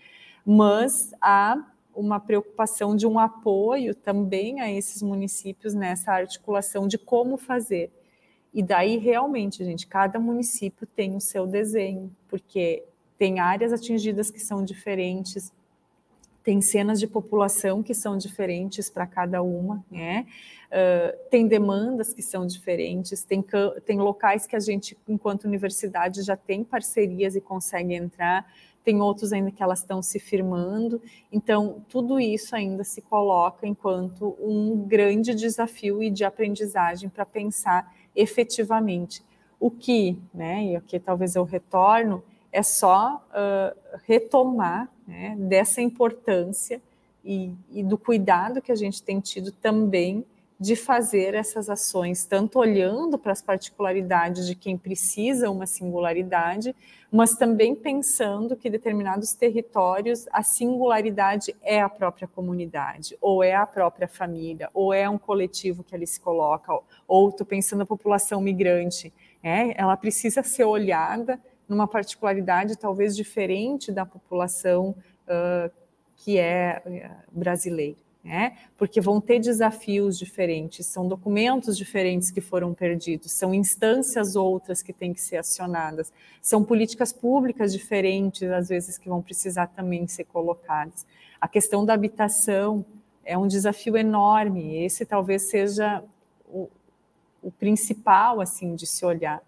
Mas há uma preocupação de um apoio também a esses municípios nessa articulação de como fazer. E daí, realmente, gente, cada município tem o seu desenho, porque tem áreas atingidas que são diferentes, tem cenas de população que são diferentes para cada uma, né? Uh, tem demandas que são diferentes, tem, tem locais que a gente, enquanto universidade, já tem parcerias e consegue entrar, tem outros ainda que elas estão se firmando. Então, tudo isso ainda se coloca enquanto um grande desafio e de aprendizagem para pensar efetivamente. O que, né, e aqui talvez eu retorno, é só uh, retomar, né, dessa importância e, e do cuidado que a gente tem tido também de fazer essas ações, tanto olhando para as particularidades de quem precisa uma singularidade, mas também pensando que determinados territórios, a singularidade é a própria comunidade, ou é a própria família, ou é um coletivo que ali se coloca, ou estou pensando na população migrante, né? Ela precisa ser olhada numa particularidade talvez diferente da população uh, que é uh, brasileira. Né? Porque vão ter desafios diferentes, são documentos diferentes que foram perdidos, são instâncias outras que têm que ser acionadas, são políticas públicas diferentes, às vezes, que vão precisar também ser colocadas. A questão da habitação é um desafio enorme, esse talvez seja o, o principal, assim, de se olhar.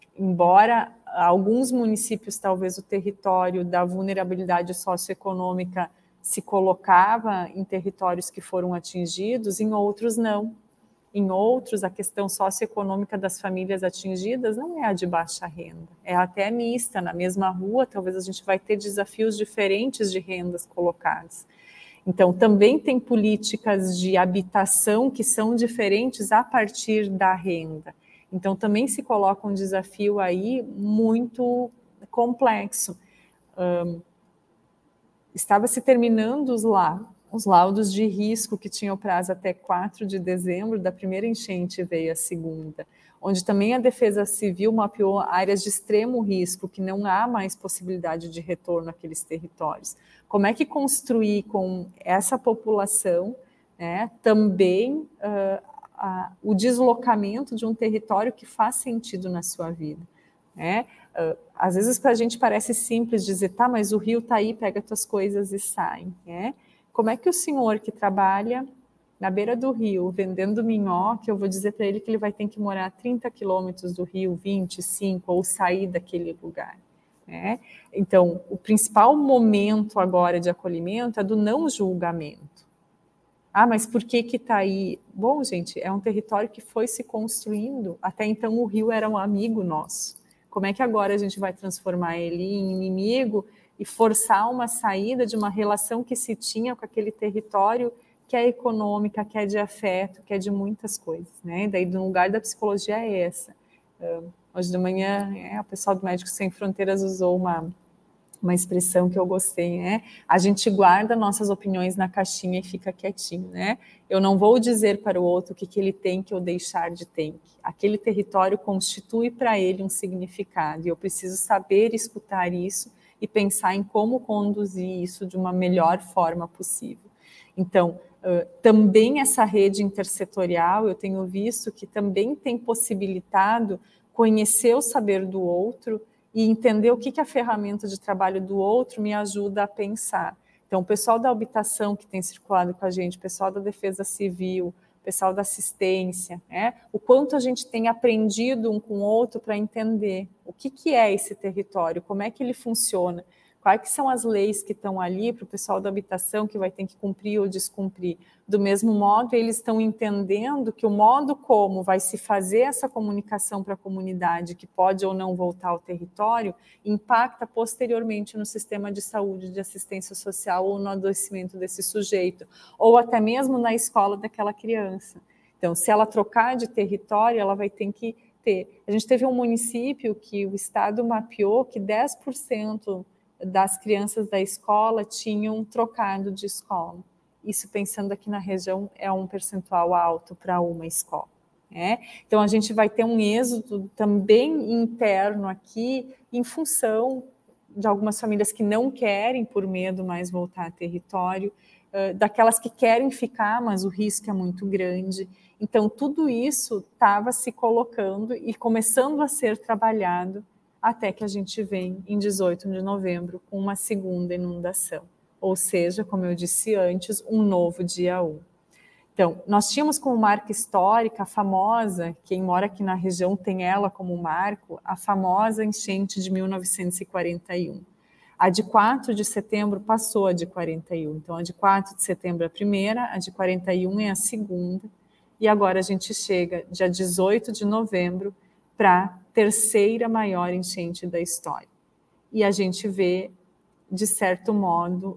Embora alguns municípios, talvez o território da vulnerabilidade socioeconômica se colocava em territórios que foram atingidos, em outros não. Em outros, a questão socioeconômica das famílias atingidas não é a de baixa renda, é até mista. Na mesma rua, talvez a gente vai ter desafios diferentes de rendas colocadas. Então, também tem políticas de habitação que são diferentes a partir da renda. Então, também se coloca um desafio aí muito complexo. Um, estava se terminando os, lá, os laudos de risco que tinham prazo até quatro de dezembro, da primeira enchente veio a segunda, onde também a Defesa Civil mapeou áreas de extremo risco, que não há mais possibilidade de retorno àqueles territórios. Como é que construir com essa população, né, também uh, a, o deslocamento de um território que faz sentido na sua vida, né? Uh, às vezes para a gente parece simples dizer, tá, mas o rio está aí, pega tuas coisas e sai, né? Como é que o senhor que trabalha na beira do rio, vendendo minhoca, eu vou dizer para ele que ele vai ter que morar a trinta quilômetros do rio, vinte e cinco, ou sair daquele lugar, né? Então, o principal momento agora de acolhimento é do não julgamento. Ah, mas por que que está aí? Bom, gente, é um território que foi se construindo, até então o rio era um amigo nosso. Como é que agora a gente vai transformar ele em inimigo e forçar uma saída de uma relação que se tinha com aquele território, que é econômica, que é de afeto, que é de muitas coisas, né? Daí, no lugar da psicologia é essa. Uh, hoje de manhã, é, o pessoal do Médicos Sem Fronteiras usou uma, uma expressão que eu gostei, né? A gente guarda nossas opiniões na caixinha e fica quietinho, né? Eu não vou dizer para o outro o que, que ele tem que ou deixar de ter. Aquele território constitui para ele um significado, e eu preciso saber escutar isso e pensar em como conduzir isso de uma melhor forma possível. Então, Uh, também essa rede intersetorial, eu tenho visto que também tem possibilitado conhecer o saber do outro e entender o que, que a ferramenta de trabalho do outro me ajuda a pensar. Então, o pessoal da habitação que tem circulado com a gente, o pessoal da Defesa Civil, o pessoal da assistência, né? O quanto a gente tem aprendido um com o outro para entender o que, que é esse território, como é que ele funciona, quais são as leis que estão ali para o pessoal da habitação que vai ter que cumprir ou descumprir. Do mesmo modo, eles estão entendendo que o modo como vai se fazer essa comunicação para a comunidade, que pode ou não voltar ao território, impacta posteriormente no sistema de saúde, de assistência social ou no adoecimento desse sujeito, ou até mesmo na escola daquela criança. Então, se ela trocar de território, ela vai ter que ter. A gente teve um município que o Estado mapeou que dez por cento das crianças da escola tinham trocado de escola. Isso, pensando aqui na região, é um percentual alto para uma escola, né? Então, a gente vai ter um êxodo também interno aqui, em função de algumas famílias que não querem, por medo, mais voltar a território, daquelas que querem ficar, mas o risco é muito grande. Então, tudo isso estava se colocando e começando a ser trabalhado até que a gente vem em dezoito de novembro com uma segunda inundação, ou seja, como eu disse antes, um novo dia um. Então, nós tínhamos como marca histórica a famosa, quem mora aqui na região tem ela como marco, a famosa enchente de mil novecentos e quarenta e um. A de quatro de setembro passou a de quarenta e um, então a de quatro de setembro é a primeira, a de quarenta e um é a segunda, e agora a gente chega dia dezoito de novembro para terceira maior enchente da história. E a gente vê, de certo modo,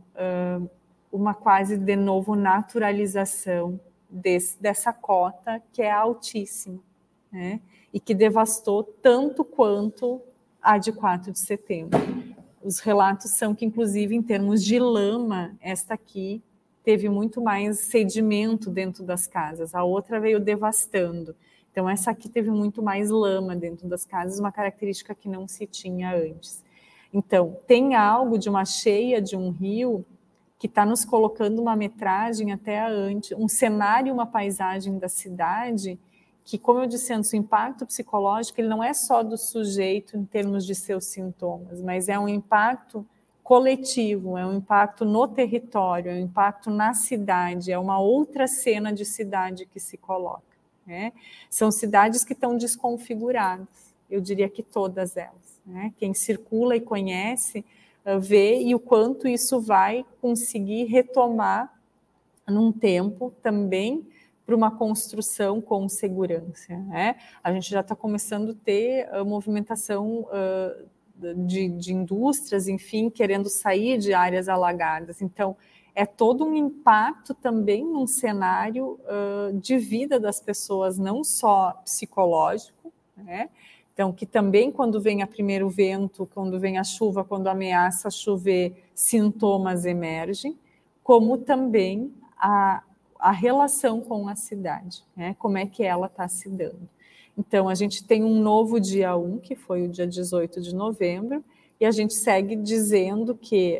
uma quase de novo naturalização desse, dessa cota que é altíssima, né? E que devastou tanto quanto a de quatro de setembro. Os relatos são que, inclusive, em termos de lama, esta aqui teve muito mais sedimento dentro das casas, a outra veio devastando. Então, essa aqui teve muito mais lama dentro das casas, uma característica que não se tinha antes. Então, tem algo de uma cheia de um rio que está nos colocando uma metragem até antes, um cenário, uma paisagem da cidade, que, como eu disse antes, o impacto psicológico ele não é só do sujeito em termos de seus sintomas, mas é um impacto coletivo, é um impacto no território, é um impacto na cidade, é uma outra cena de cidade que se coloca. Né? São cidades que estão desconfiguradas, eu diria que todas elas. Né? Quem circula e conhece, uh, vê e o quanto isso vai conseguir retomar num tempo também para uma construção com segurança. Né? A gente já está começando a ter a movimentação uh, de, de indústrias, enfim, querendo sair de áreas alagadas. Então, é todo um impacto também num cenário uh, de vida das pessoas, não só psicológico, né? Então, que também quando vem a primeiro vento, quando vem a chuva, quando ameaça chover, sintomas emergem, como também a, a relação com a cidade, né? Como é que ela está se dando. Então, a gente tem um novo dia um, que foi o dia dezoito de novembro, e a gente segue dizendo que,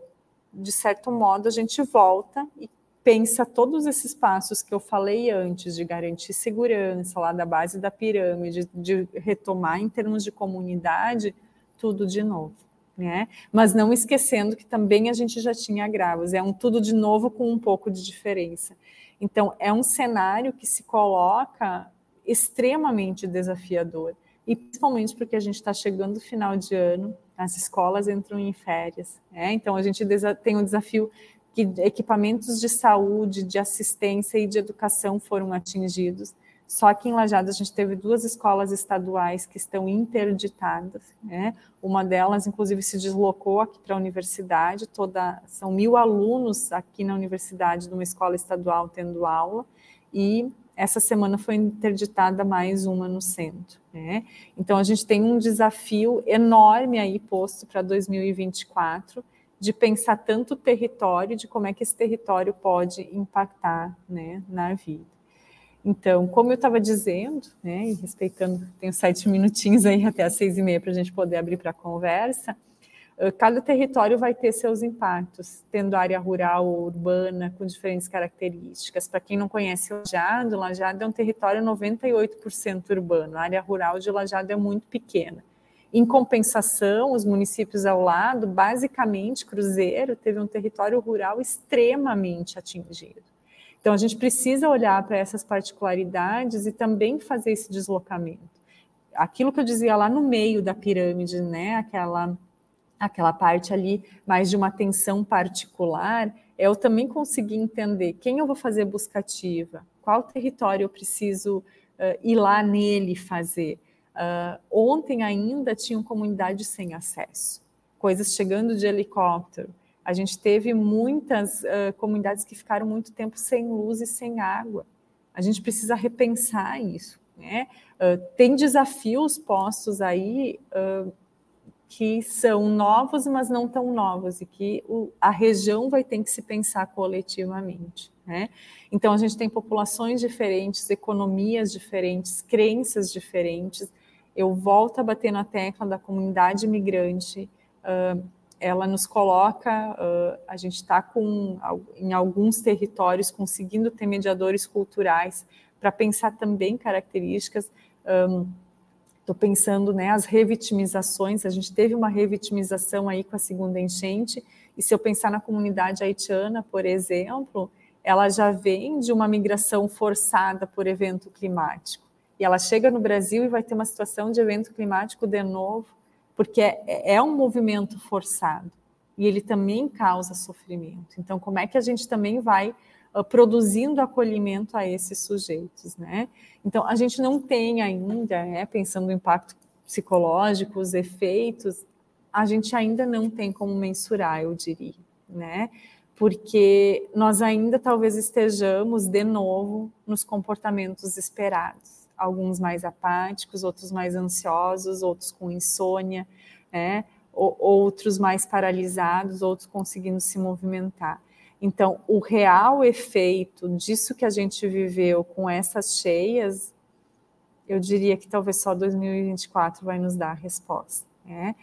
de certo modo, a gente volta e pensa todos esses passos que eu falei antes, de garantir segurança, lá da base da pirâmide, de retomar em termos de comunidade, tudo de novo, né? Mas não esquecendo que também a gente já tinha agravos, é um tudo de novo com um pouco de diferença. Então, é um cenário que se coloca extremamente desafiador, e principalmente porque a gente está chegando no final de ano, as escolas entram em férias, né? Então a gente tem um desafio que equipamentos de saúde, de assistência e de educação foram atingidos. Só que em Lajeado a gente teve duas escolas estaduais que estão interditadas, né? Uma delas, inclusive, se deslocou aqui para a universidade, toda, são mil alunos aqui na universidade, de uma escola estadual tendo aula, e essa semana foi interditada mais uma no centro, né? Então a gente tem um desafio enorme aí posto para dois mil e vinte e quatro, de pensar tanto o território, de como é que esse território pode impactar, né, na vida. Então, como eu estava dizendo, né, e respeitando, tenho sete minutinhos aí até as seis e meia para a gente poder abrir para a conversa, cada território vai ter seus impactos, tendo área rural ou urbana com diferentes características. Para quem não conhece Lajeado, Lajeado é um território noventa e oito por cento urbano, a área rural de Lajeado é muito pequena. Em compensação, os municípios ao lado, basicamente Cruzeiro, teve um território rural extremamente atingido. Então, a gente precisa olhar para essas particularidades e também fazer esse deslocamento. Aquilo que eu dizia lá no meio da pirâmide, né, aquela, aquela parte ali mais de uma atenção particular, é eu também conseguir entender quem eu vou fazer busca ativa, qual território eu preciso uh, ir lá nele fazer. Uh, ontem ainda tinham comunidades sem acesso, coisas chegando de helicóptero. A gente teve muitas uh, comunidades que ficaram muito tempo sem luz e sem água. A gente precisa repensar isso, né? Uh, tem desafios postos aí uh, que são novos, mas não tão novos, e que o, a região vai ter que se pensar coletivamente, né? Então, a gente tem populações diferentes, economias diferentes, crenças diferentes. Eu volto a bater na tecla da comunidade imigrante, uh, ela nos coloca, uh, a gente está com, em alguns territórios, conseguindo ter mediadores culturais para pensar também características. Estou um, pensando, né, as revitimizações, a gente teve uma revitimização aí com a segunda enchente, e se eu pensar na comunidade haitiana, por exemplo, ela já vem de uma migração forçada por evento climático, e ela chega no Brasil e vai ter uma situação de evento climático de novo, porque é, é um movimento forçado, e ele também causa sofrimento. Então, como é que a gente também vai uh, produzindo acolhimento a esses sujeitos, né? Então, a gente não tem ainda, né, pensando no impacto psicológico, os efeitos, a gente ainda não tem como mensurar, eu diria, né? Porque nós ainda talvez estejamos, de novo, nos comportamentos esperados. Alguns mais apáticos, outros mais ansiosos, outros com insônia, né? Outros mais paralisados, outros conseguindo se movimentar. Então, o real efeito disso que a gente viveu com essas cheias, eu diria que talvez só dois mil e vinte e quatro vai nos dar a resposta, né?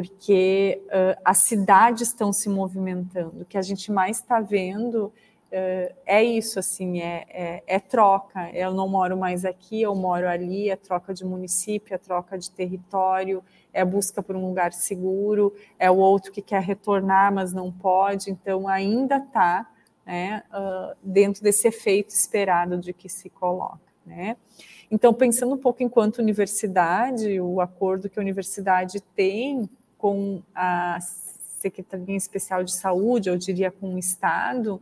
Porque uh, as cidades estão se movimentando, o que a gente mais está vendo Uh, é isso, assim, é, é, é troca, eu não moro mais aqui, eu moro ali, é troca de município, é troca de território, é busca por um lugar seguro, é o outro que quer retornar, mas não pode, então ainda está, né, uh, dentro desse efeito esperado de que se coloca, né? Então, pensando um pouco enquanto universidade, o acordo que a universidade tem com a Secretaria Especial de Saúde, eu diria com o Estado,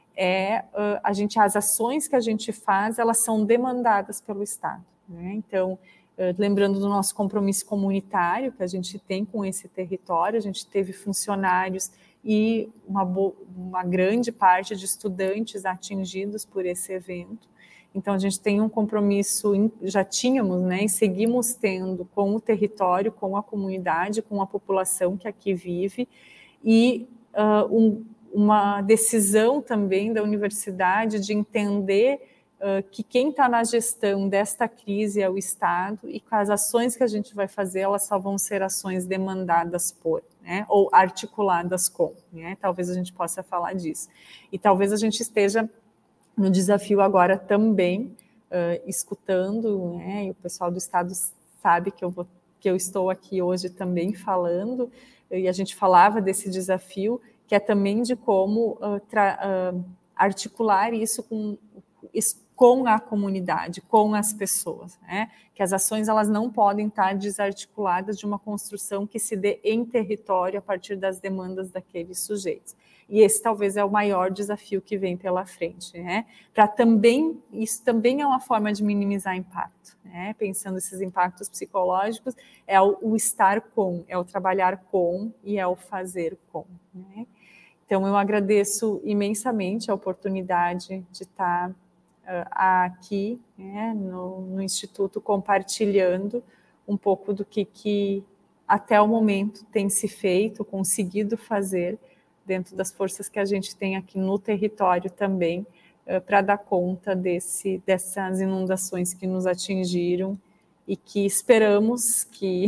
é uh, a gente, as ações que a gente faz, elas são demandadas pelo Estado, né? Então, uh, lembrando do nosso compromisso comunitário que a gente tem com esse território, a gente teve funcionários e uma, uma grande parte de estudantes atingidos por esse evento. Então, a gente tem um compromisso, já tínhamos, né, e seguimos tendo com o território, com a comunidade, com a população que aqui vive, e uh, um, uma decisão também da universidade de entender uh, que quem está na gestão desta crise é o Estado, e que as ações que a gente vai fazer, elas só vão ser ações demandadas por, né, ou articuladas com, né, talvez a gente possa falar disso. E talvez a gente esteja no desafio agora também, uh, escutando, né, e o pessoal do Estado sabe que eu, vou, que eu estou aqui hoje também falando, e a gente falava desse desafio, que é também de como uh, tra, uh, articular isso com, com a comunidade, com as pessoas, né? Que as ações elas não podem estar desarticuladas de uma construção que se dê em território a partir das demandas daqueles sujeitos. E esse talvez é o maior desafio que vem pela frente, né? Para também, isso também é uma forma de minimizar impacto, né? Pensando esses impactos psicológicos, é o, o estar com, é o trabalhar com e é o fazer com, né? Então, eu agradeço imensamente a oportunidade de estar uh, aqui, né, no, no Instituto, compartilhando um pouco do que, que até o momento tem se feito, conseguido fazer, dentro das forças que a gente tem aqui no território também, uh, para dar conta desse, dessas inundações que nos atingiram e que esperamos que,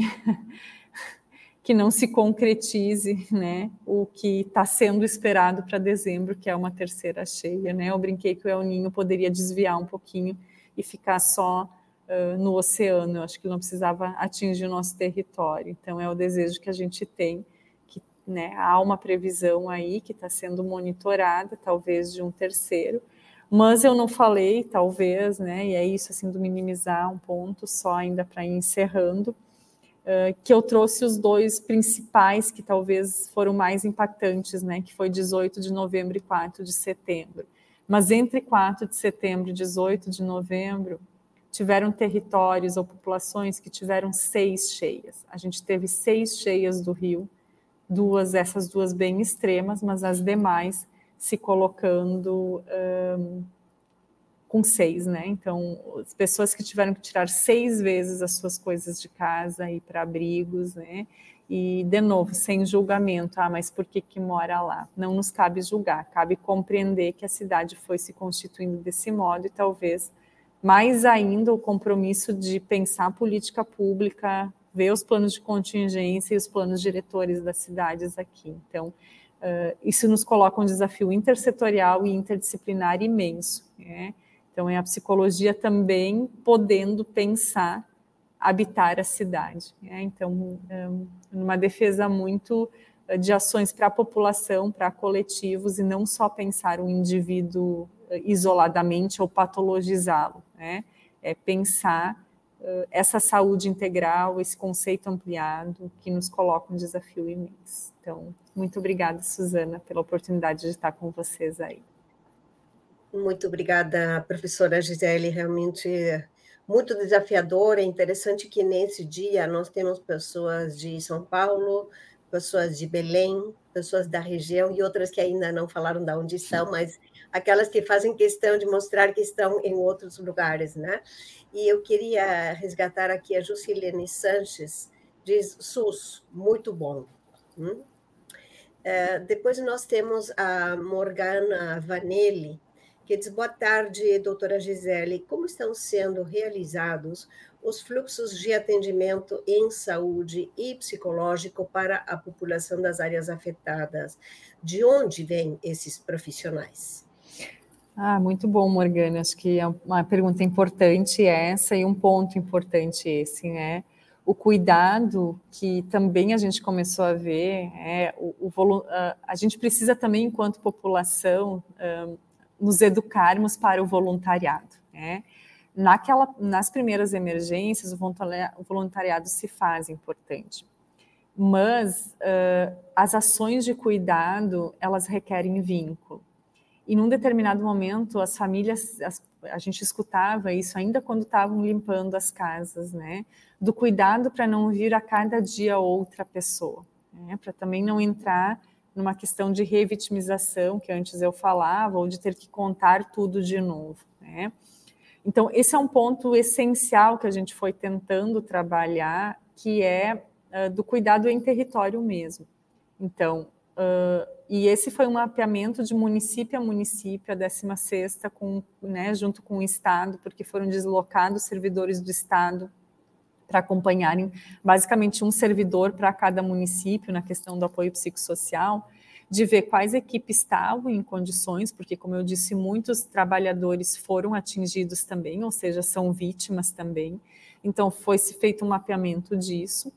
que não se concretize, né, o que está sendo esperado para dezembro, que é uma terceira cheia, né? Eu brinquei que o El Niño poderia desviar um pouquinho e ficar só uh, no oceano. Eu acho que não precisava atingir o nosso território. Então, é o desejo que a gente tem, né, há uma previsão aí que está sendo monitorada, talvez de um terceiro, mas eu não falei, talvez, né, e é isso, assim, do minimizar um ponto, só ainda para ir encerrando, uh, que eu trouxe os dois principais que talvez foram mais impactantes, né, que foi dezoito de novembro e quatro de setembro. Mas entre quatro de setembro e dezoito de novembro, tiveram territórios ou populações que tiveram seis cheias. A gente teve seis cheias do Rio, duas, essas duas bem extremas, mas as demais se colocando um, com seis, né? Então, as pessoas que tiveram que tirar seis vezes as suas coisas de casa, ir para abrigos, né? E, de novo, sem julgamento, ah, mas por que que mora lá? Não nos cabe julgar, cabe compreender que a cidade foi se constituindo desse modo e talvez mais ainda o compromisso de pensar política pública, ver os planos de contingência e os planos diretores das cidades aqui. Então, uh, isso nos coloca um desafio intersetorial e interdisciplinar imenso, né? Então, é a psicologia também podendo pensar, habitar a cidade, né? Então, um, uma defesa muito de ações para a população, para coletivos, e não só pensar o indivíduo isoladamente ou patologizá-lo, né? É pensar essa saúde integral, esse conceito ampliado, que nos coloca um desafio imenso. Então, muito obrigada, Suzana, pela oportunidade de estar com vocês aí. Muito obrigada, professora Gisele, realmente muito desafiador. É interessante que nesse dia nós temos pessoas de São Paulo, pessoas de Belém, pessoas da região e outras que ainda não falaram de onde estão, mas aquelas que fazem questão de mostrar que estão em outros lugares, né? E eu queria resgatar aqui a Juscelene Sanches, diz SUS, muito bom. Hum? É, depois nós temos a Morgana Vanelli, que diz, boa tarde, doutora Gisele, como estão sendo realizados os fluxos de atendimento em saúde e psicológico para a população das áreas afetadas? De onde vêm esses profissionais? Ah, muito bom, Morgana, acho que é uma pergunta importante essa e um ponto importante esse, né? O cuidado que também a gente começou a ver, é, o, o, a gente precisa também, enquanto população, um, nos educarmos para o voluntariado, né? Naquela, nas primeiras emergências, o voluntariado, o voluntariado se faz importante, mas uh, as ações de cuidado, elas requerem vínculo. E num determinado momento, as famílias, as, a gente escutava isso ainda quando estavam limpando as casas, né? Do cuidado para não vir a cada dia outra pessoa, né? Para também não entrar numa questão de revitimização, que antes eu falava, ou de ter que contar tudo de novo, né? Então, esse é um ponto essencial que a gente foi tentando trabalhar, que é uh, do cuidado em território mesmo. Então, uh, e esse foi um mapeamento de município a município, a décima sexta, com, né, junto com o Estado, porque foram deslocados servidores do Estado para acompanharem, basicamente um servidor para cada município na questão do apoio psicossocial, de ver quais equipes estavam em condições, porque, como eu disse, muitos trabalhadores foram atingidos também, ou seja, são vítimas também. Então, foi-se feito um mapeamento disso.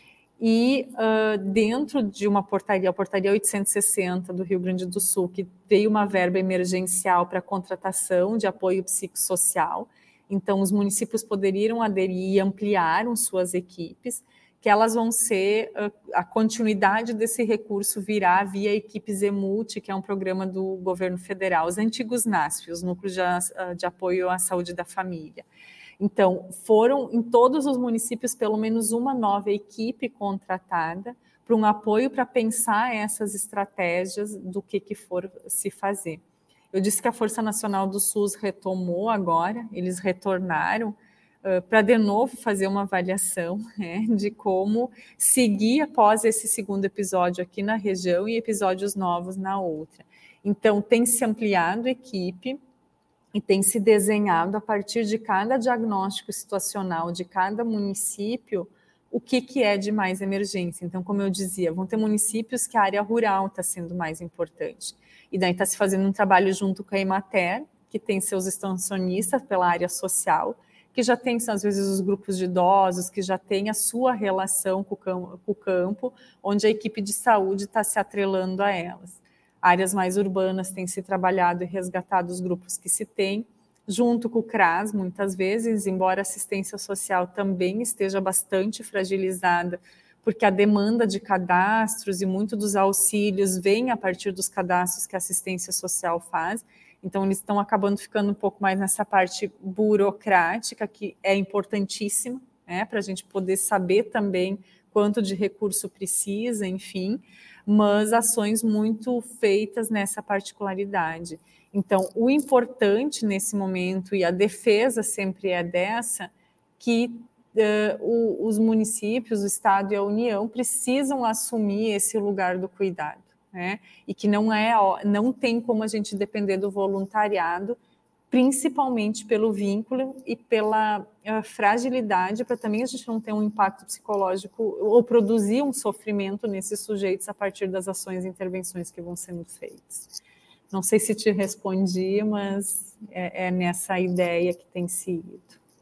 E uh, dentro de uma portaria, a portaria oitocentos e sessenta do Rio Grande do Sul, que veio uma verba emergencial para a contratação de apoio psicossocial, então os municípios poderiam aderir e ampliaram suas equipes, que elas vão ser, uh, a continuidade desse recurso virá via equipes EMULTI, que é um programa do governo federal, os antigos NASF, os Núcleos de, uh, de Apoio à Saúde da Família. Então, foram em todos os municípios pelo menos uma nova equipe contratada para um apoio para pensar essas estratégias do que, que for se fazer. Eu disse que a Força Nacional do SUS retomou agora, eles retornaram uh, para de novo fazer uma avaliação, né, de como seguir após esse segundo episódio aqui na região e episódios novos na outra. Então, tem se ampliado a equipe, e tem se desenhado a partir de cada diagnóstico situacional de cada município o que, que é de mais emergência. Então, como eu dizia, vão ter municípios que a área rural está sendo mais importante. E daí está se fazendo um trabalho junto com a Emater, que tem seus extensionistas pela área social, que já tem, às vezes, os grupos de idosos, que já tem a sua relação com o campo, com o campo onde a equipe de saúde está se atrelando a elas. Áreas mais urbanas têm se trabalhado e resgatado os grupos que se tem, junto com o CRAS, muitas vezes, embora a assistência social também esteja bastante fragilizada, porque a demanda de cadastros e muito dos auxílios vem a partir dos cadastros que a assistência social faz, então eles estão acabando ficando um pouco mais nessa parte burocrática, que é importantíssima, né, para a gente poder saber também quanto de recurso precisa, enfim, mas ações muito feitas nessa particularidade. Então, o importante nesse momento, e a defesa sempre é dessa, que uh, o, os municípios, o Estado e a União precisam assumir esse lugar do cuidado, né? E que não, é, não tem como a gente depender do voluntariado, principalmente pelo vínculo e pela uh, fragilidade, para também a gente não ter um impacto psicológico ou produzir um sofrimento nesses sujeitos a partir das ações e intervenções que vão sendo feitas. Não sei se te respondi, mas é, é nessa ideia que tem sido.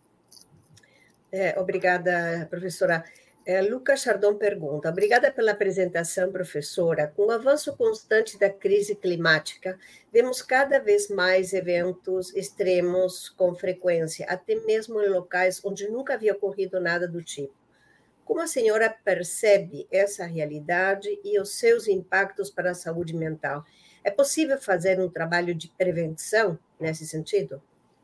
É, obrigada, professora. É, Lucas Chardon pergunta, obrigada pela apresentação, professora. Com o avanço constante da crise climática, vemos cada vez mais eventos extremos com frequência, até mesmo em locais onde nunca havia ocorrido nada do tipo. Como a senhora percebe essa realidade e os seus impactos para a saúde mental? É possível fazer um trabalho de prevenção nesse sentido?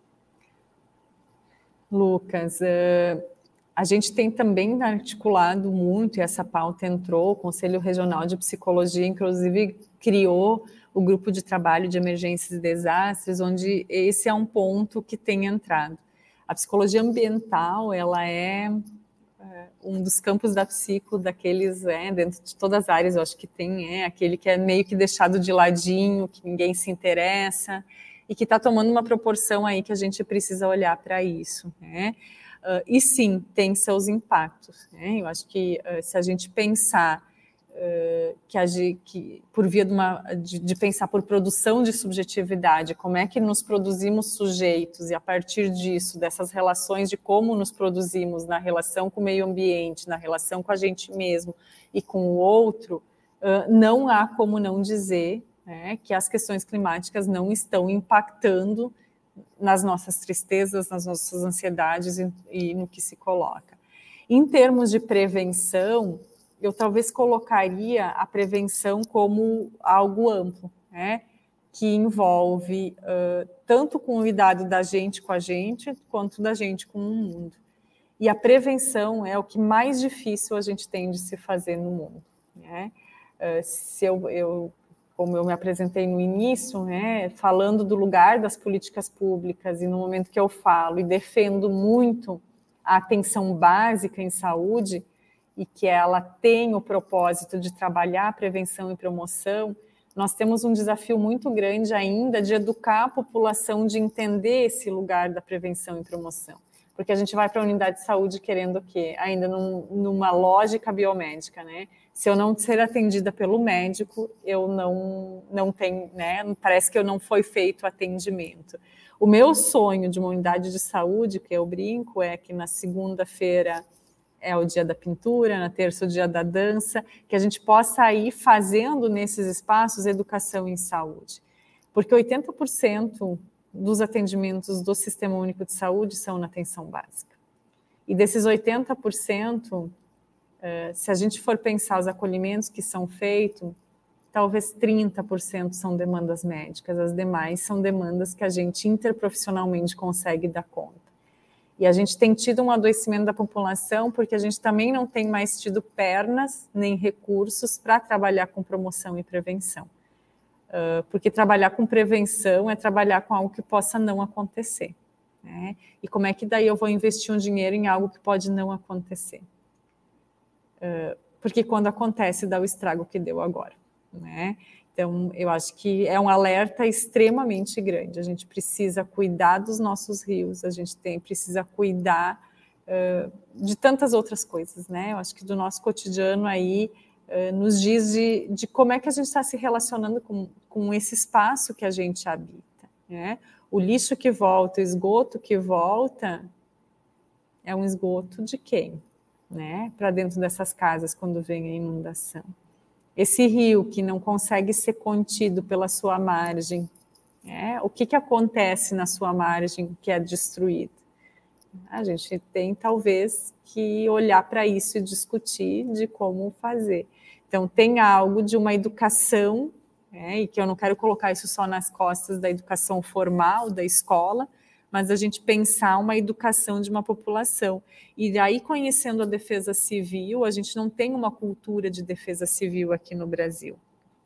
Lucas, uh... a gente tem também articulado muito, e essa pauta entrou, o Conselho Regional de Psicologia, inclusive, criou o grupo de trabalho de emergências e desastres, onde esse é um ponto que tem entrado. A psicologia ambiental, ela é, é um dos campos da psico, daqueles, é, dentro de todas as áreas, eu acho que tem, é aquele que é meio que deixado de ladinho, que ninguém se interessa, e que está tomando uma proporção aí que a gente precisa olhar para isso, né? Uh, e sim, tem seus impactos, né? Eu acho que uh, se a gente pensar uh, que, a, que por via de, uma, de, de pensar por produção de subjetividade, como é que nos produzimos sujeitos e a partir disso, dessas relações de como nos produzimos na relação com o meio ambiente, na relação com a gente mesmo e com o outro, uh, não há como não dizer, né, que as questões climáticas não estão impactando nas nossas tristezas, nas nossas ansiedades e, e no que se coloca. Em termos de prevenção, eu talvez colocaria a prevenção como algo amplo, né? Que envolve uh, tanto com o cuidado da gente com a gente, quanto da gente com o mundo. E a prevenção é o que mais difícil a gente tem de se fazer no mundo, né? se eu, eu, como eu me apresentei no início, né, falando do lugar das políticas públicas, e no momento que eu falo e defendo muito a atenção básica em saúde, e que ela tem o propósito de trabalhar a prevenção e promoção, nós temos um desafio muito grande ainda de educar a população, de entender esse lugar da prevenção e promoção. Porque a gente vai para a unidade de saúde querendo o quê? Ainda num, numa lógica biomédica, né? Se eu não ser atendida pelo médico, eu não, não tenho, né? Parece que eu não foi feito atendimento. O meu sonho de uma unidade de saúde, que eu brinco, é que na segunda-feira é o dia da pintura, na terça o dia da dança, que a gente possa ir fazendo nesses espaços educação em saúde. Porque oitenta por cento dos atendimentos do Sistema Único de Saúde são na atenção básica. E desses oitenta por cento, se a gente for pensar os acolhimentos que são feitos, talvez trinta por cento são demandas médicas, as demais são demandas que a gente interprofissionalmente consegue dar conta. E a gente tem tido um adoecimento da população porque a gente também não tem mais tido pernas nem recursos para trabalhar com promoção e prevenção. Uh, porque trabalhar com prevenção é trabalhar com algo que possa não acontecer. Né? E como é que daí eu vou investir um dinheiro em algo que pode não acontecer? Uh, porque quando acontece, dá o estrago que deu agora. Né? Então, eu acho que é um alerta extremamente grande. A gente precisa cuidar dos nossos rios, a gente tem, precisa cuidar uh, de tantas outras coisas, né? Eu acho que do nosso cotidiano aí uh, nos diz de, de como é que a gente está se relacionando com, com esse espaço que a gente habita, né? O lixo que volta, o esgoto que volta, é um esgoto de quem? Né? Para dentro dessas casas quando vem a inundação. Esse rio que não consegue ser contido pela sua margem, né? O que, que acontece na sua margem que é destruída? A gente tem, talvez, que olhar para isso e discutir de como fazer. Então, tem algo de uma educação, né? E que eu não quero colocar isso só nas costas da educação formal, da escola, mas a gente pensar uma educação de uma população. E daí, conhecendo a defesa civil, a gente não tem uma cultura de defesa civil aqui no Brasil.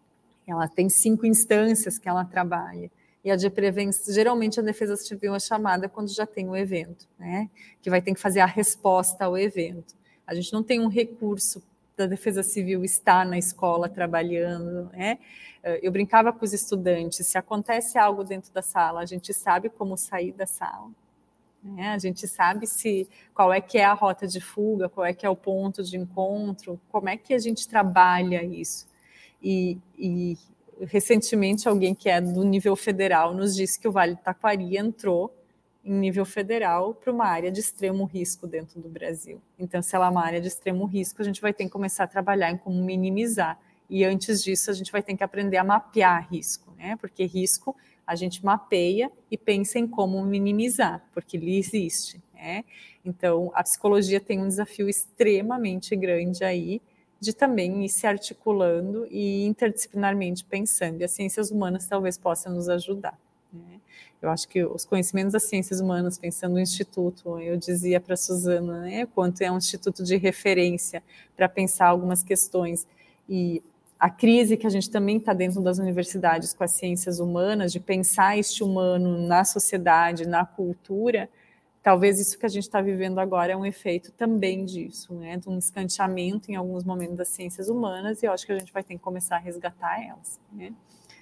Ela tem cinco instâncias que ela trabalha. E a de prevenção, geralmente a defesa civil é chamada quando já tem um evento, né? Que vai ter que fazer a resposta ao evento. A gente não tem um recurso da defesa civil estar na escola trabalhando, né? Eu brincava com os estudantes, se acontece algo dentro da sala, a gente sabe como sair da sala, né? A gente sabe se, qual é que é a rota de fuga, qual é que é o ponto de encontro, como é que a gente trabalha isso. E, e recentemente alguém que é do nível federal nos disse que o Vale do Taquari entrou em nível federal para uma área de extremo risco dentro do Brasil. Então, se ela é uma área de extremo risco, a gente vai ter que começar a trabalhar em como minimizar. E antes disso, a gente vai ter que aprender a mapear risco, né? Porque risco a gente mapeia e pensa em como minimizar, porque ele existe, né? Então, a psicologia tem um desafio extremamente grande aí, de também ir se articulando e interdisciplinarmente pensando. E as ciências humanas talvez possam nos ajudar, né? Eu acho que os conhecimentos das ciências humanas, pensando no instituto, eu dizia para a Suzana, né, quanto é um instituto de referência para pensar algumas questões. E a crise que a gente também está dentro das universidades com as ciências humanas, de pensar este humano na sociedade, na cultura, talvez isso que a gente está vivendo agora é um efeito também disso, né, de um escanteamento em alguns momentos das ciências humanas, e eu acho que a gente vai ter que começar a resgatar elas, né.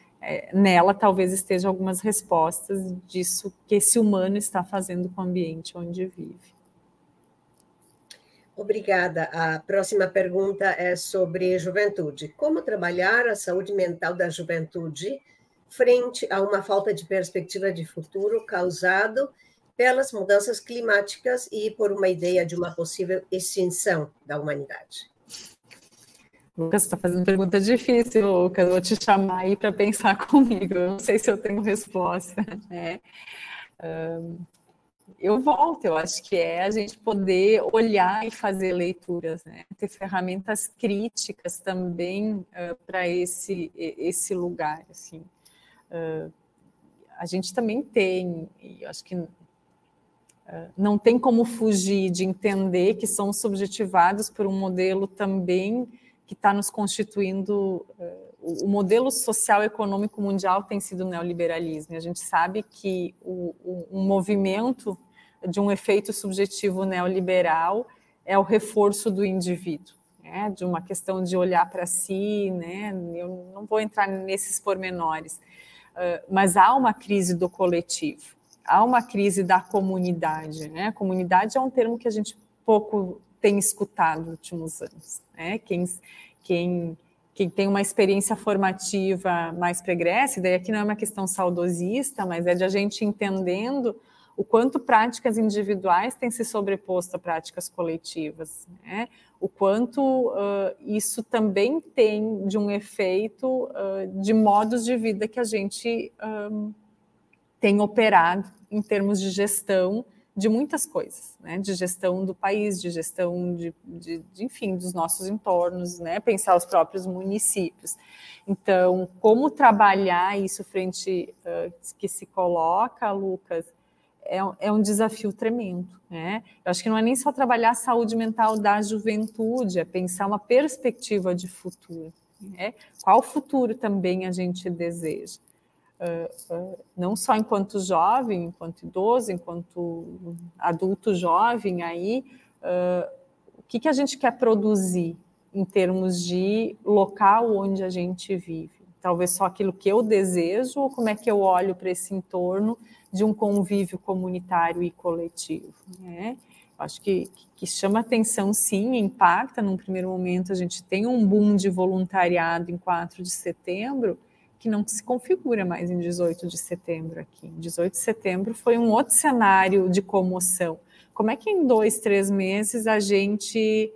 É, nela talvez estejam algumas respostas disso que esse humano está fazendo com o ambiente onde vive. Obrigada. A próxima pergunta é sobre juventude. Como trabalhar a saúde mental da juventude frente a uma falta de perspectiva de futuro causado pelas mudanças climáticas e por uma ideia de uma possível extinção da humanidade? Lucas, você está fazendo pergunta difícil, Lucas. Eu vou te chamar aí para pensar comigo. Eu não sei se eu tenho resposta, né? Um, eu volto, eu acho que é a gente poder olhar e fazer leituras, né? Ter ferramentas críticas também uh, para esse, esse lugar, assim. Uh, a gente também tem, e acho que uh, não tem como fugir de entender que são subjetivados por um modelo também que está nos constituindo. O modelo social econômico mundial tem sido o neoliberalismo. A gente sabe que o, o, um movimento de um efeito subjetivo neoliberal é o reforço do indivíduo, né? De uma questão de olhar para si, né? Eu não vou entrar nesses pormenores, mas há uma crise do coletivo, há uma crise da comunidade, né? Comunidade é um termo que a gente pouco tem escutado nos últimos anos, né? Quem, quem, quem tem uma experiência formativa mais pregressa, e daí aqui não é uma questão saudosista, mas é de a gente entendendo o quanto práticas individuais têm se sobreposto a práticas coletivas, né? O quanto uh, isso também tem de um efeito uh, de modos de vida que a gente um, tem operado em termos de gestão de muitas coisas, né? De gestão do país, de gestão de, de, de, enfim, dos nossos entornos, né? Pensar os próprios municípios. Então, como trabalhar isso frente uh, que se coloca, Lucas, é, é um desafio tremendo, né? Eu acho que não é nem só trabalhar a saúde mental da juventude, é pensar uma perspectiva de futuro, né? Qual futuro também a gente deseja? Uh, uh, não só enquanto jovem, enquanto idoso, enquanto adulto jovem, aí, uh, o que, que a gente quer produzir em termos de local onde a gente vive? Talvez só aquilo que eu desejo, ou como é que eu olho para esse entorno de um convívio comunitário e coletivo, né? Acho que, que chama atenção, sim, impacta. Num primeiro momento, a gente tem um boom de voluntariado em quatro de setembro, que não se configura mais em dezoito de setembro aqui. Em dezoito de setembro foi um outro cenário de comoção. Como é que em dois, três meses a gente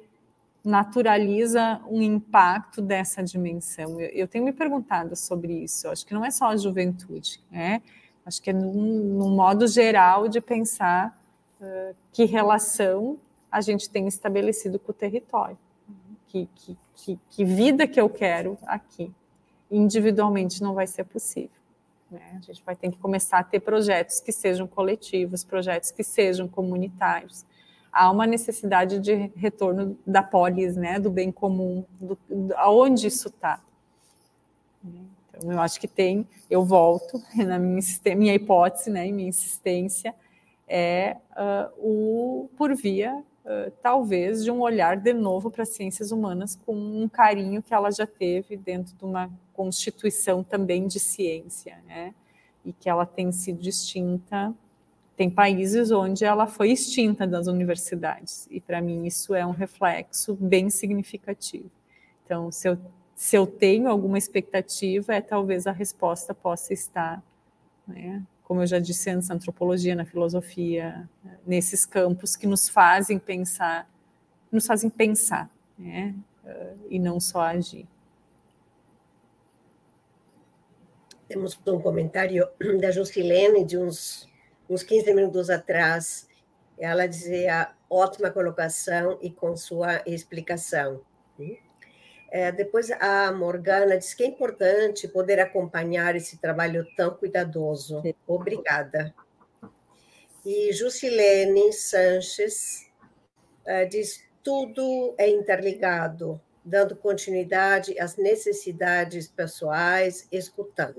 naturaliza um impacto dessa dimensão? Eu, eu tenho me perguntado sobre isso. Eu acho que não é só a juventude, né? Acho que é num, num modo geral de pensar uh, que relação a gente tem estabelecido com o território. Que, que, que, que vida que eu quero aqui. Individualmente não vai ser possível, né? A gente vai ter que começar a ter projetos que sejam coletivos, projetos que sejam comunitários. Há uma necessidade de retorno da polis, né? Do bem comum, do, do, aonde isso está. Então, eu acho que tem, eu volto, na minha, minha hipótese, né, minha insistência, é uh, o por via, uh, talvez, de um olhar de novo para as ciências humanas com um carinho que ela já teve dentro de uma constituição também de ciência, né? E que ela tem sido distinta. Tem países onde ela foi extinta das universidades, e para mim isso é um reflexo bem significativo. Então, se eu, se eu tenho alguma expectativa, é talvez a resposta possa estar, né, como eu já disse antes, na antropologia, na filosofia, nesses campos que nos fazem pensar, nos fazem pensar, né, e não só agir. Temos um comentário da Jusilene, de uns, uns quinze minutos atrás. Ela dizia, ótima colocação e com sua explicação. É, depois a Morgana diz que é importante poder acompanhar esse trabalho tão cuidadoso. Obrigada. E Jusilene Sanches é, diz, tudo é interligado, dando continuidade às necessidades pessoais, escutando.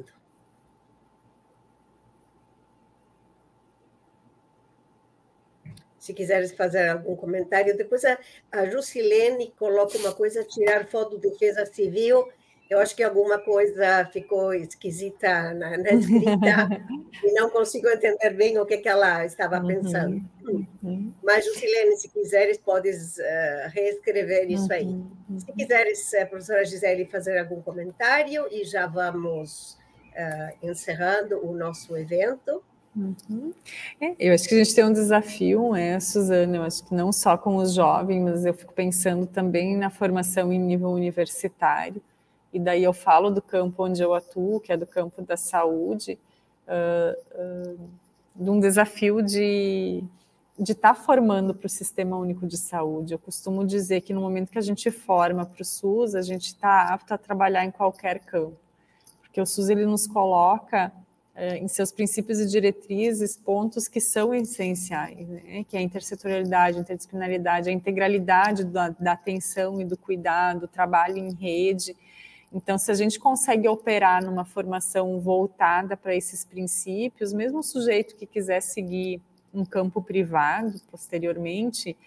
Se quiseres fazer algum comentário. Depois a, a Jusilene coloca uma coisa, tirar foto de defesa civil. Eu acho que alguma coisa ficou esquisita na, na escrita e não consigo entender bem o que, que ela estava uhum, pensando. Uhum. Mas, Jusilene, se quiseres, podes uh, reescrever isso aí. Uhum. Se quiseres, professora Gisele, fazer algum comentário, e já vamos uh, encerrando o nosso evento. Uhum. É, eu acho que a gente tem um desafio, né, Suzana? Eu acho que não só com os jovens, mas eu fico pensando também na formação em nível universitário. E daí eu falo do campo onde eu atuo, que é do campo da saúde, uh, uh, de um desafio de de estar tá formando para o Sistema Único de Saúde. Eu costumo dizer que no momento que a gente forma para o SUS, a gente está apto a trabalhar em qualquer campo, porque o SUS ele nos coloca em seus princípios e diretrizes, pontos que são essenciais, né? Que é a intersetorialidade, a interdisciplinaridade, a integralidade da, da atenção e do cuidado, o trabalho em rede. Então, se a gente consegue operar numa formação voltada para esses princípios, mesmo o sujeito que quiser seguir um campo privado posteriormente,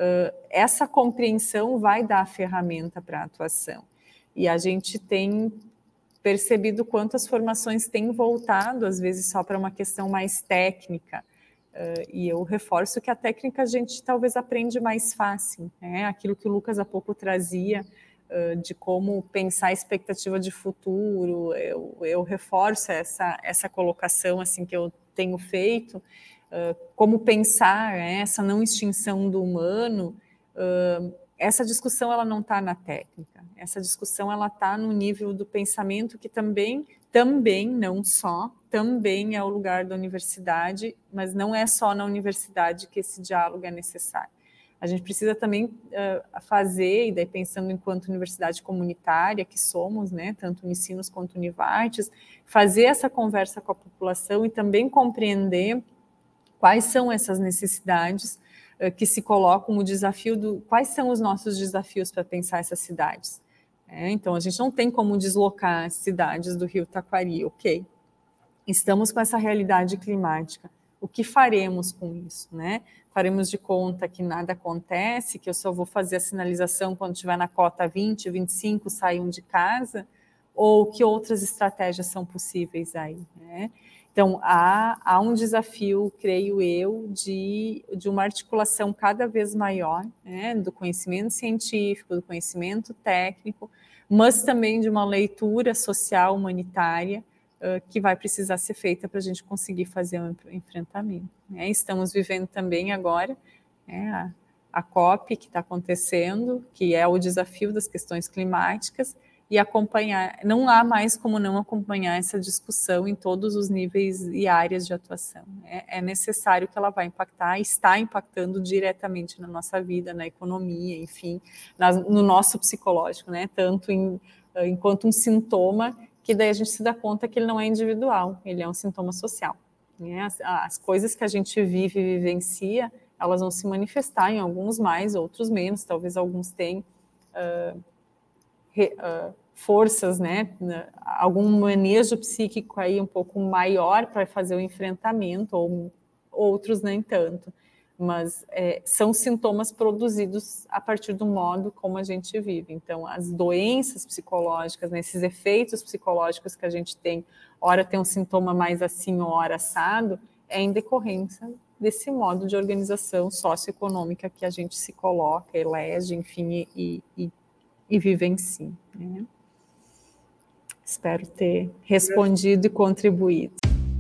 essa compreensão vai dar a ferramenta para a atuação. E a gente tem percebido quantas formações têm voltado, às vezes só para uma questão mais técnica, uh, e eu reforço que a técnica a gente talvez aprende mais fácil, né? Aquilo que o Lucas há pouco trazia, uh, de como pensar a expectativa de futuro, eu, eu reforço essa, essa colocação assim, que eu tenho feito, uh, como pensar, né, essa não extinção do humano. uh, Essa discussão ela não está na técnica, essa discussão ela está no nível do pensamento, que também, também, não só, também é o lugar da universidade, mas não é só na universidade que esse diálogo é necessário. A gente precisa também uh, fazer, e daí pensando enquanto universidade comunitária que somos, né, tanto Unicinos quanto Univartes, fazer essa conversa com a população e também compreender quais são essas necessidades que se colocam o desafio do quais são os nossos desafios para pensar essas cidades. É, então, a gente não tem como deslocar as cidades do Rio Taquari, ok. Estamos com essa realidade climática. O que faremos com isso? Né? Faremos de conta que nada acontece, que eu só vou fazer a sinalização quando estiver na cota vinte, vinte e cinco, saiam de casa? Ou que outras estratégias são possíveis aí? Né? Então, há, há um desafio, creio eu, de, de uma articulação cada vez maior, né, do conhecimento científico, do conhecimento técnico, mas também de uma leitura social, humanitária, uh, que vai precisar ser feita para a gente conseguir fazer um enfrentamento. Né? Estamos vivendo também agora, né, a, a COP que está acontecendo, que é o desafio das questões climáticas, e acompanhar, não há mais como não acompanhar essa discussão em todos os níveis e áreas de atuação. É, é necessário que ela vá impactar, está impactando diretamente na nossa vida, na economia, enfim, na, no nosso psicológico, né? Tanto em, enquanto um sintoma, que daí a gente se dá conta que ele não é individual, ele é um sintoma social. Né? As, as coisas que a gente vive e vivencia, elas vão se manifestar em alguns mais, outros menos, talvez alguns tenham uh, Re, uh, forças, né, algum manejo psíquico aí um pouco maior para fazer o enfrentamento, ou outros nem tanto, mas é, são sintomas produzidos a partir do modo como a gente vive. Então, as doenças psicológicas, né, esses efeitos psicológicos que a gente tem, ora tem um sintoma mais assim, ora assado, é em decorrência desse modo de organização socioeconômica que a gente se coloca, elege, enfim, e, e e vivencie. Né? Espero ter respondido e contribuído.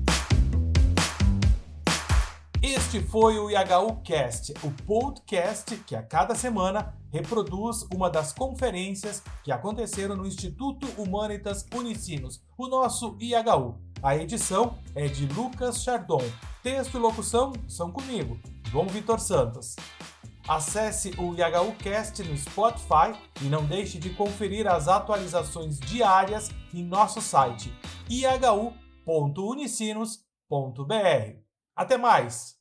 Este foi o I H U Cast, o podcast que a cada semana reproduz uma das conferências que aconteceram no Instituto Humanitas Unicinos, o nosso I H U. A edição é de Lucas Chardon. Texto e locução são comigo, João Vitor Santos. Acesse o I H U Cast no Spotify e não deixe de conferir as atualizações diárias em nosso site i h u ponto unicinos ponto b r. Até mais!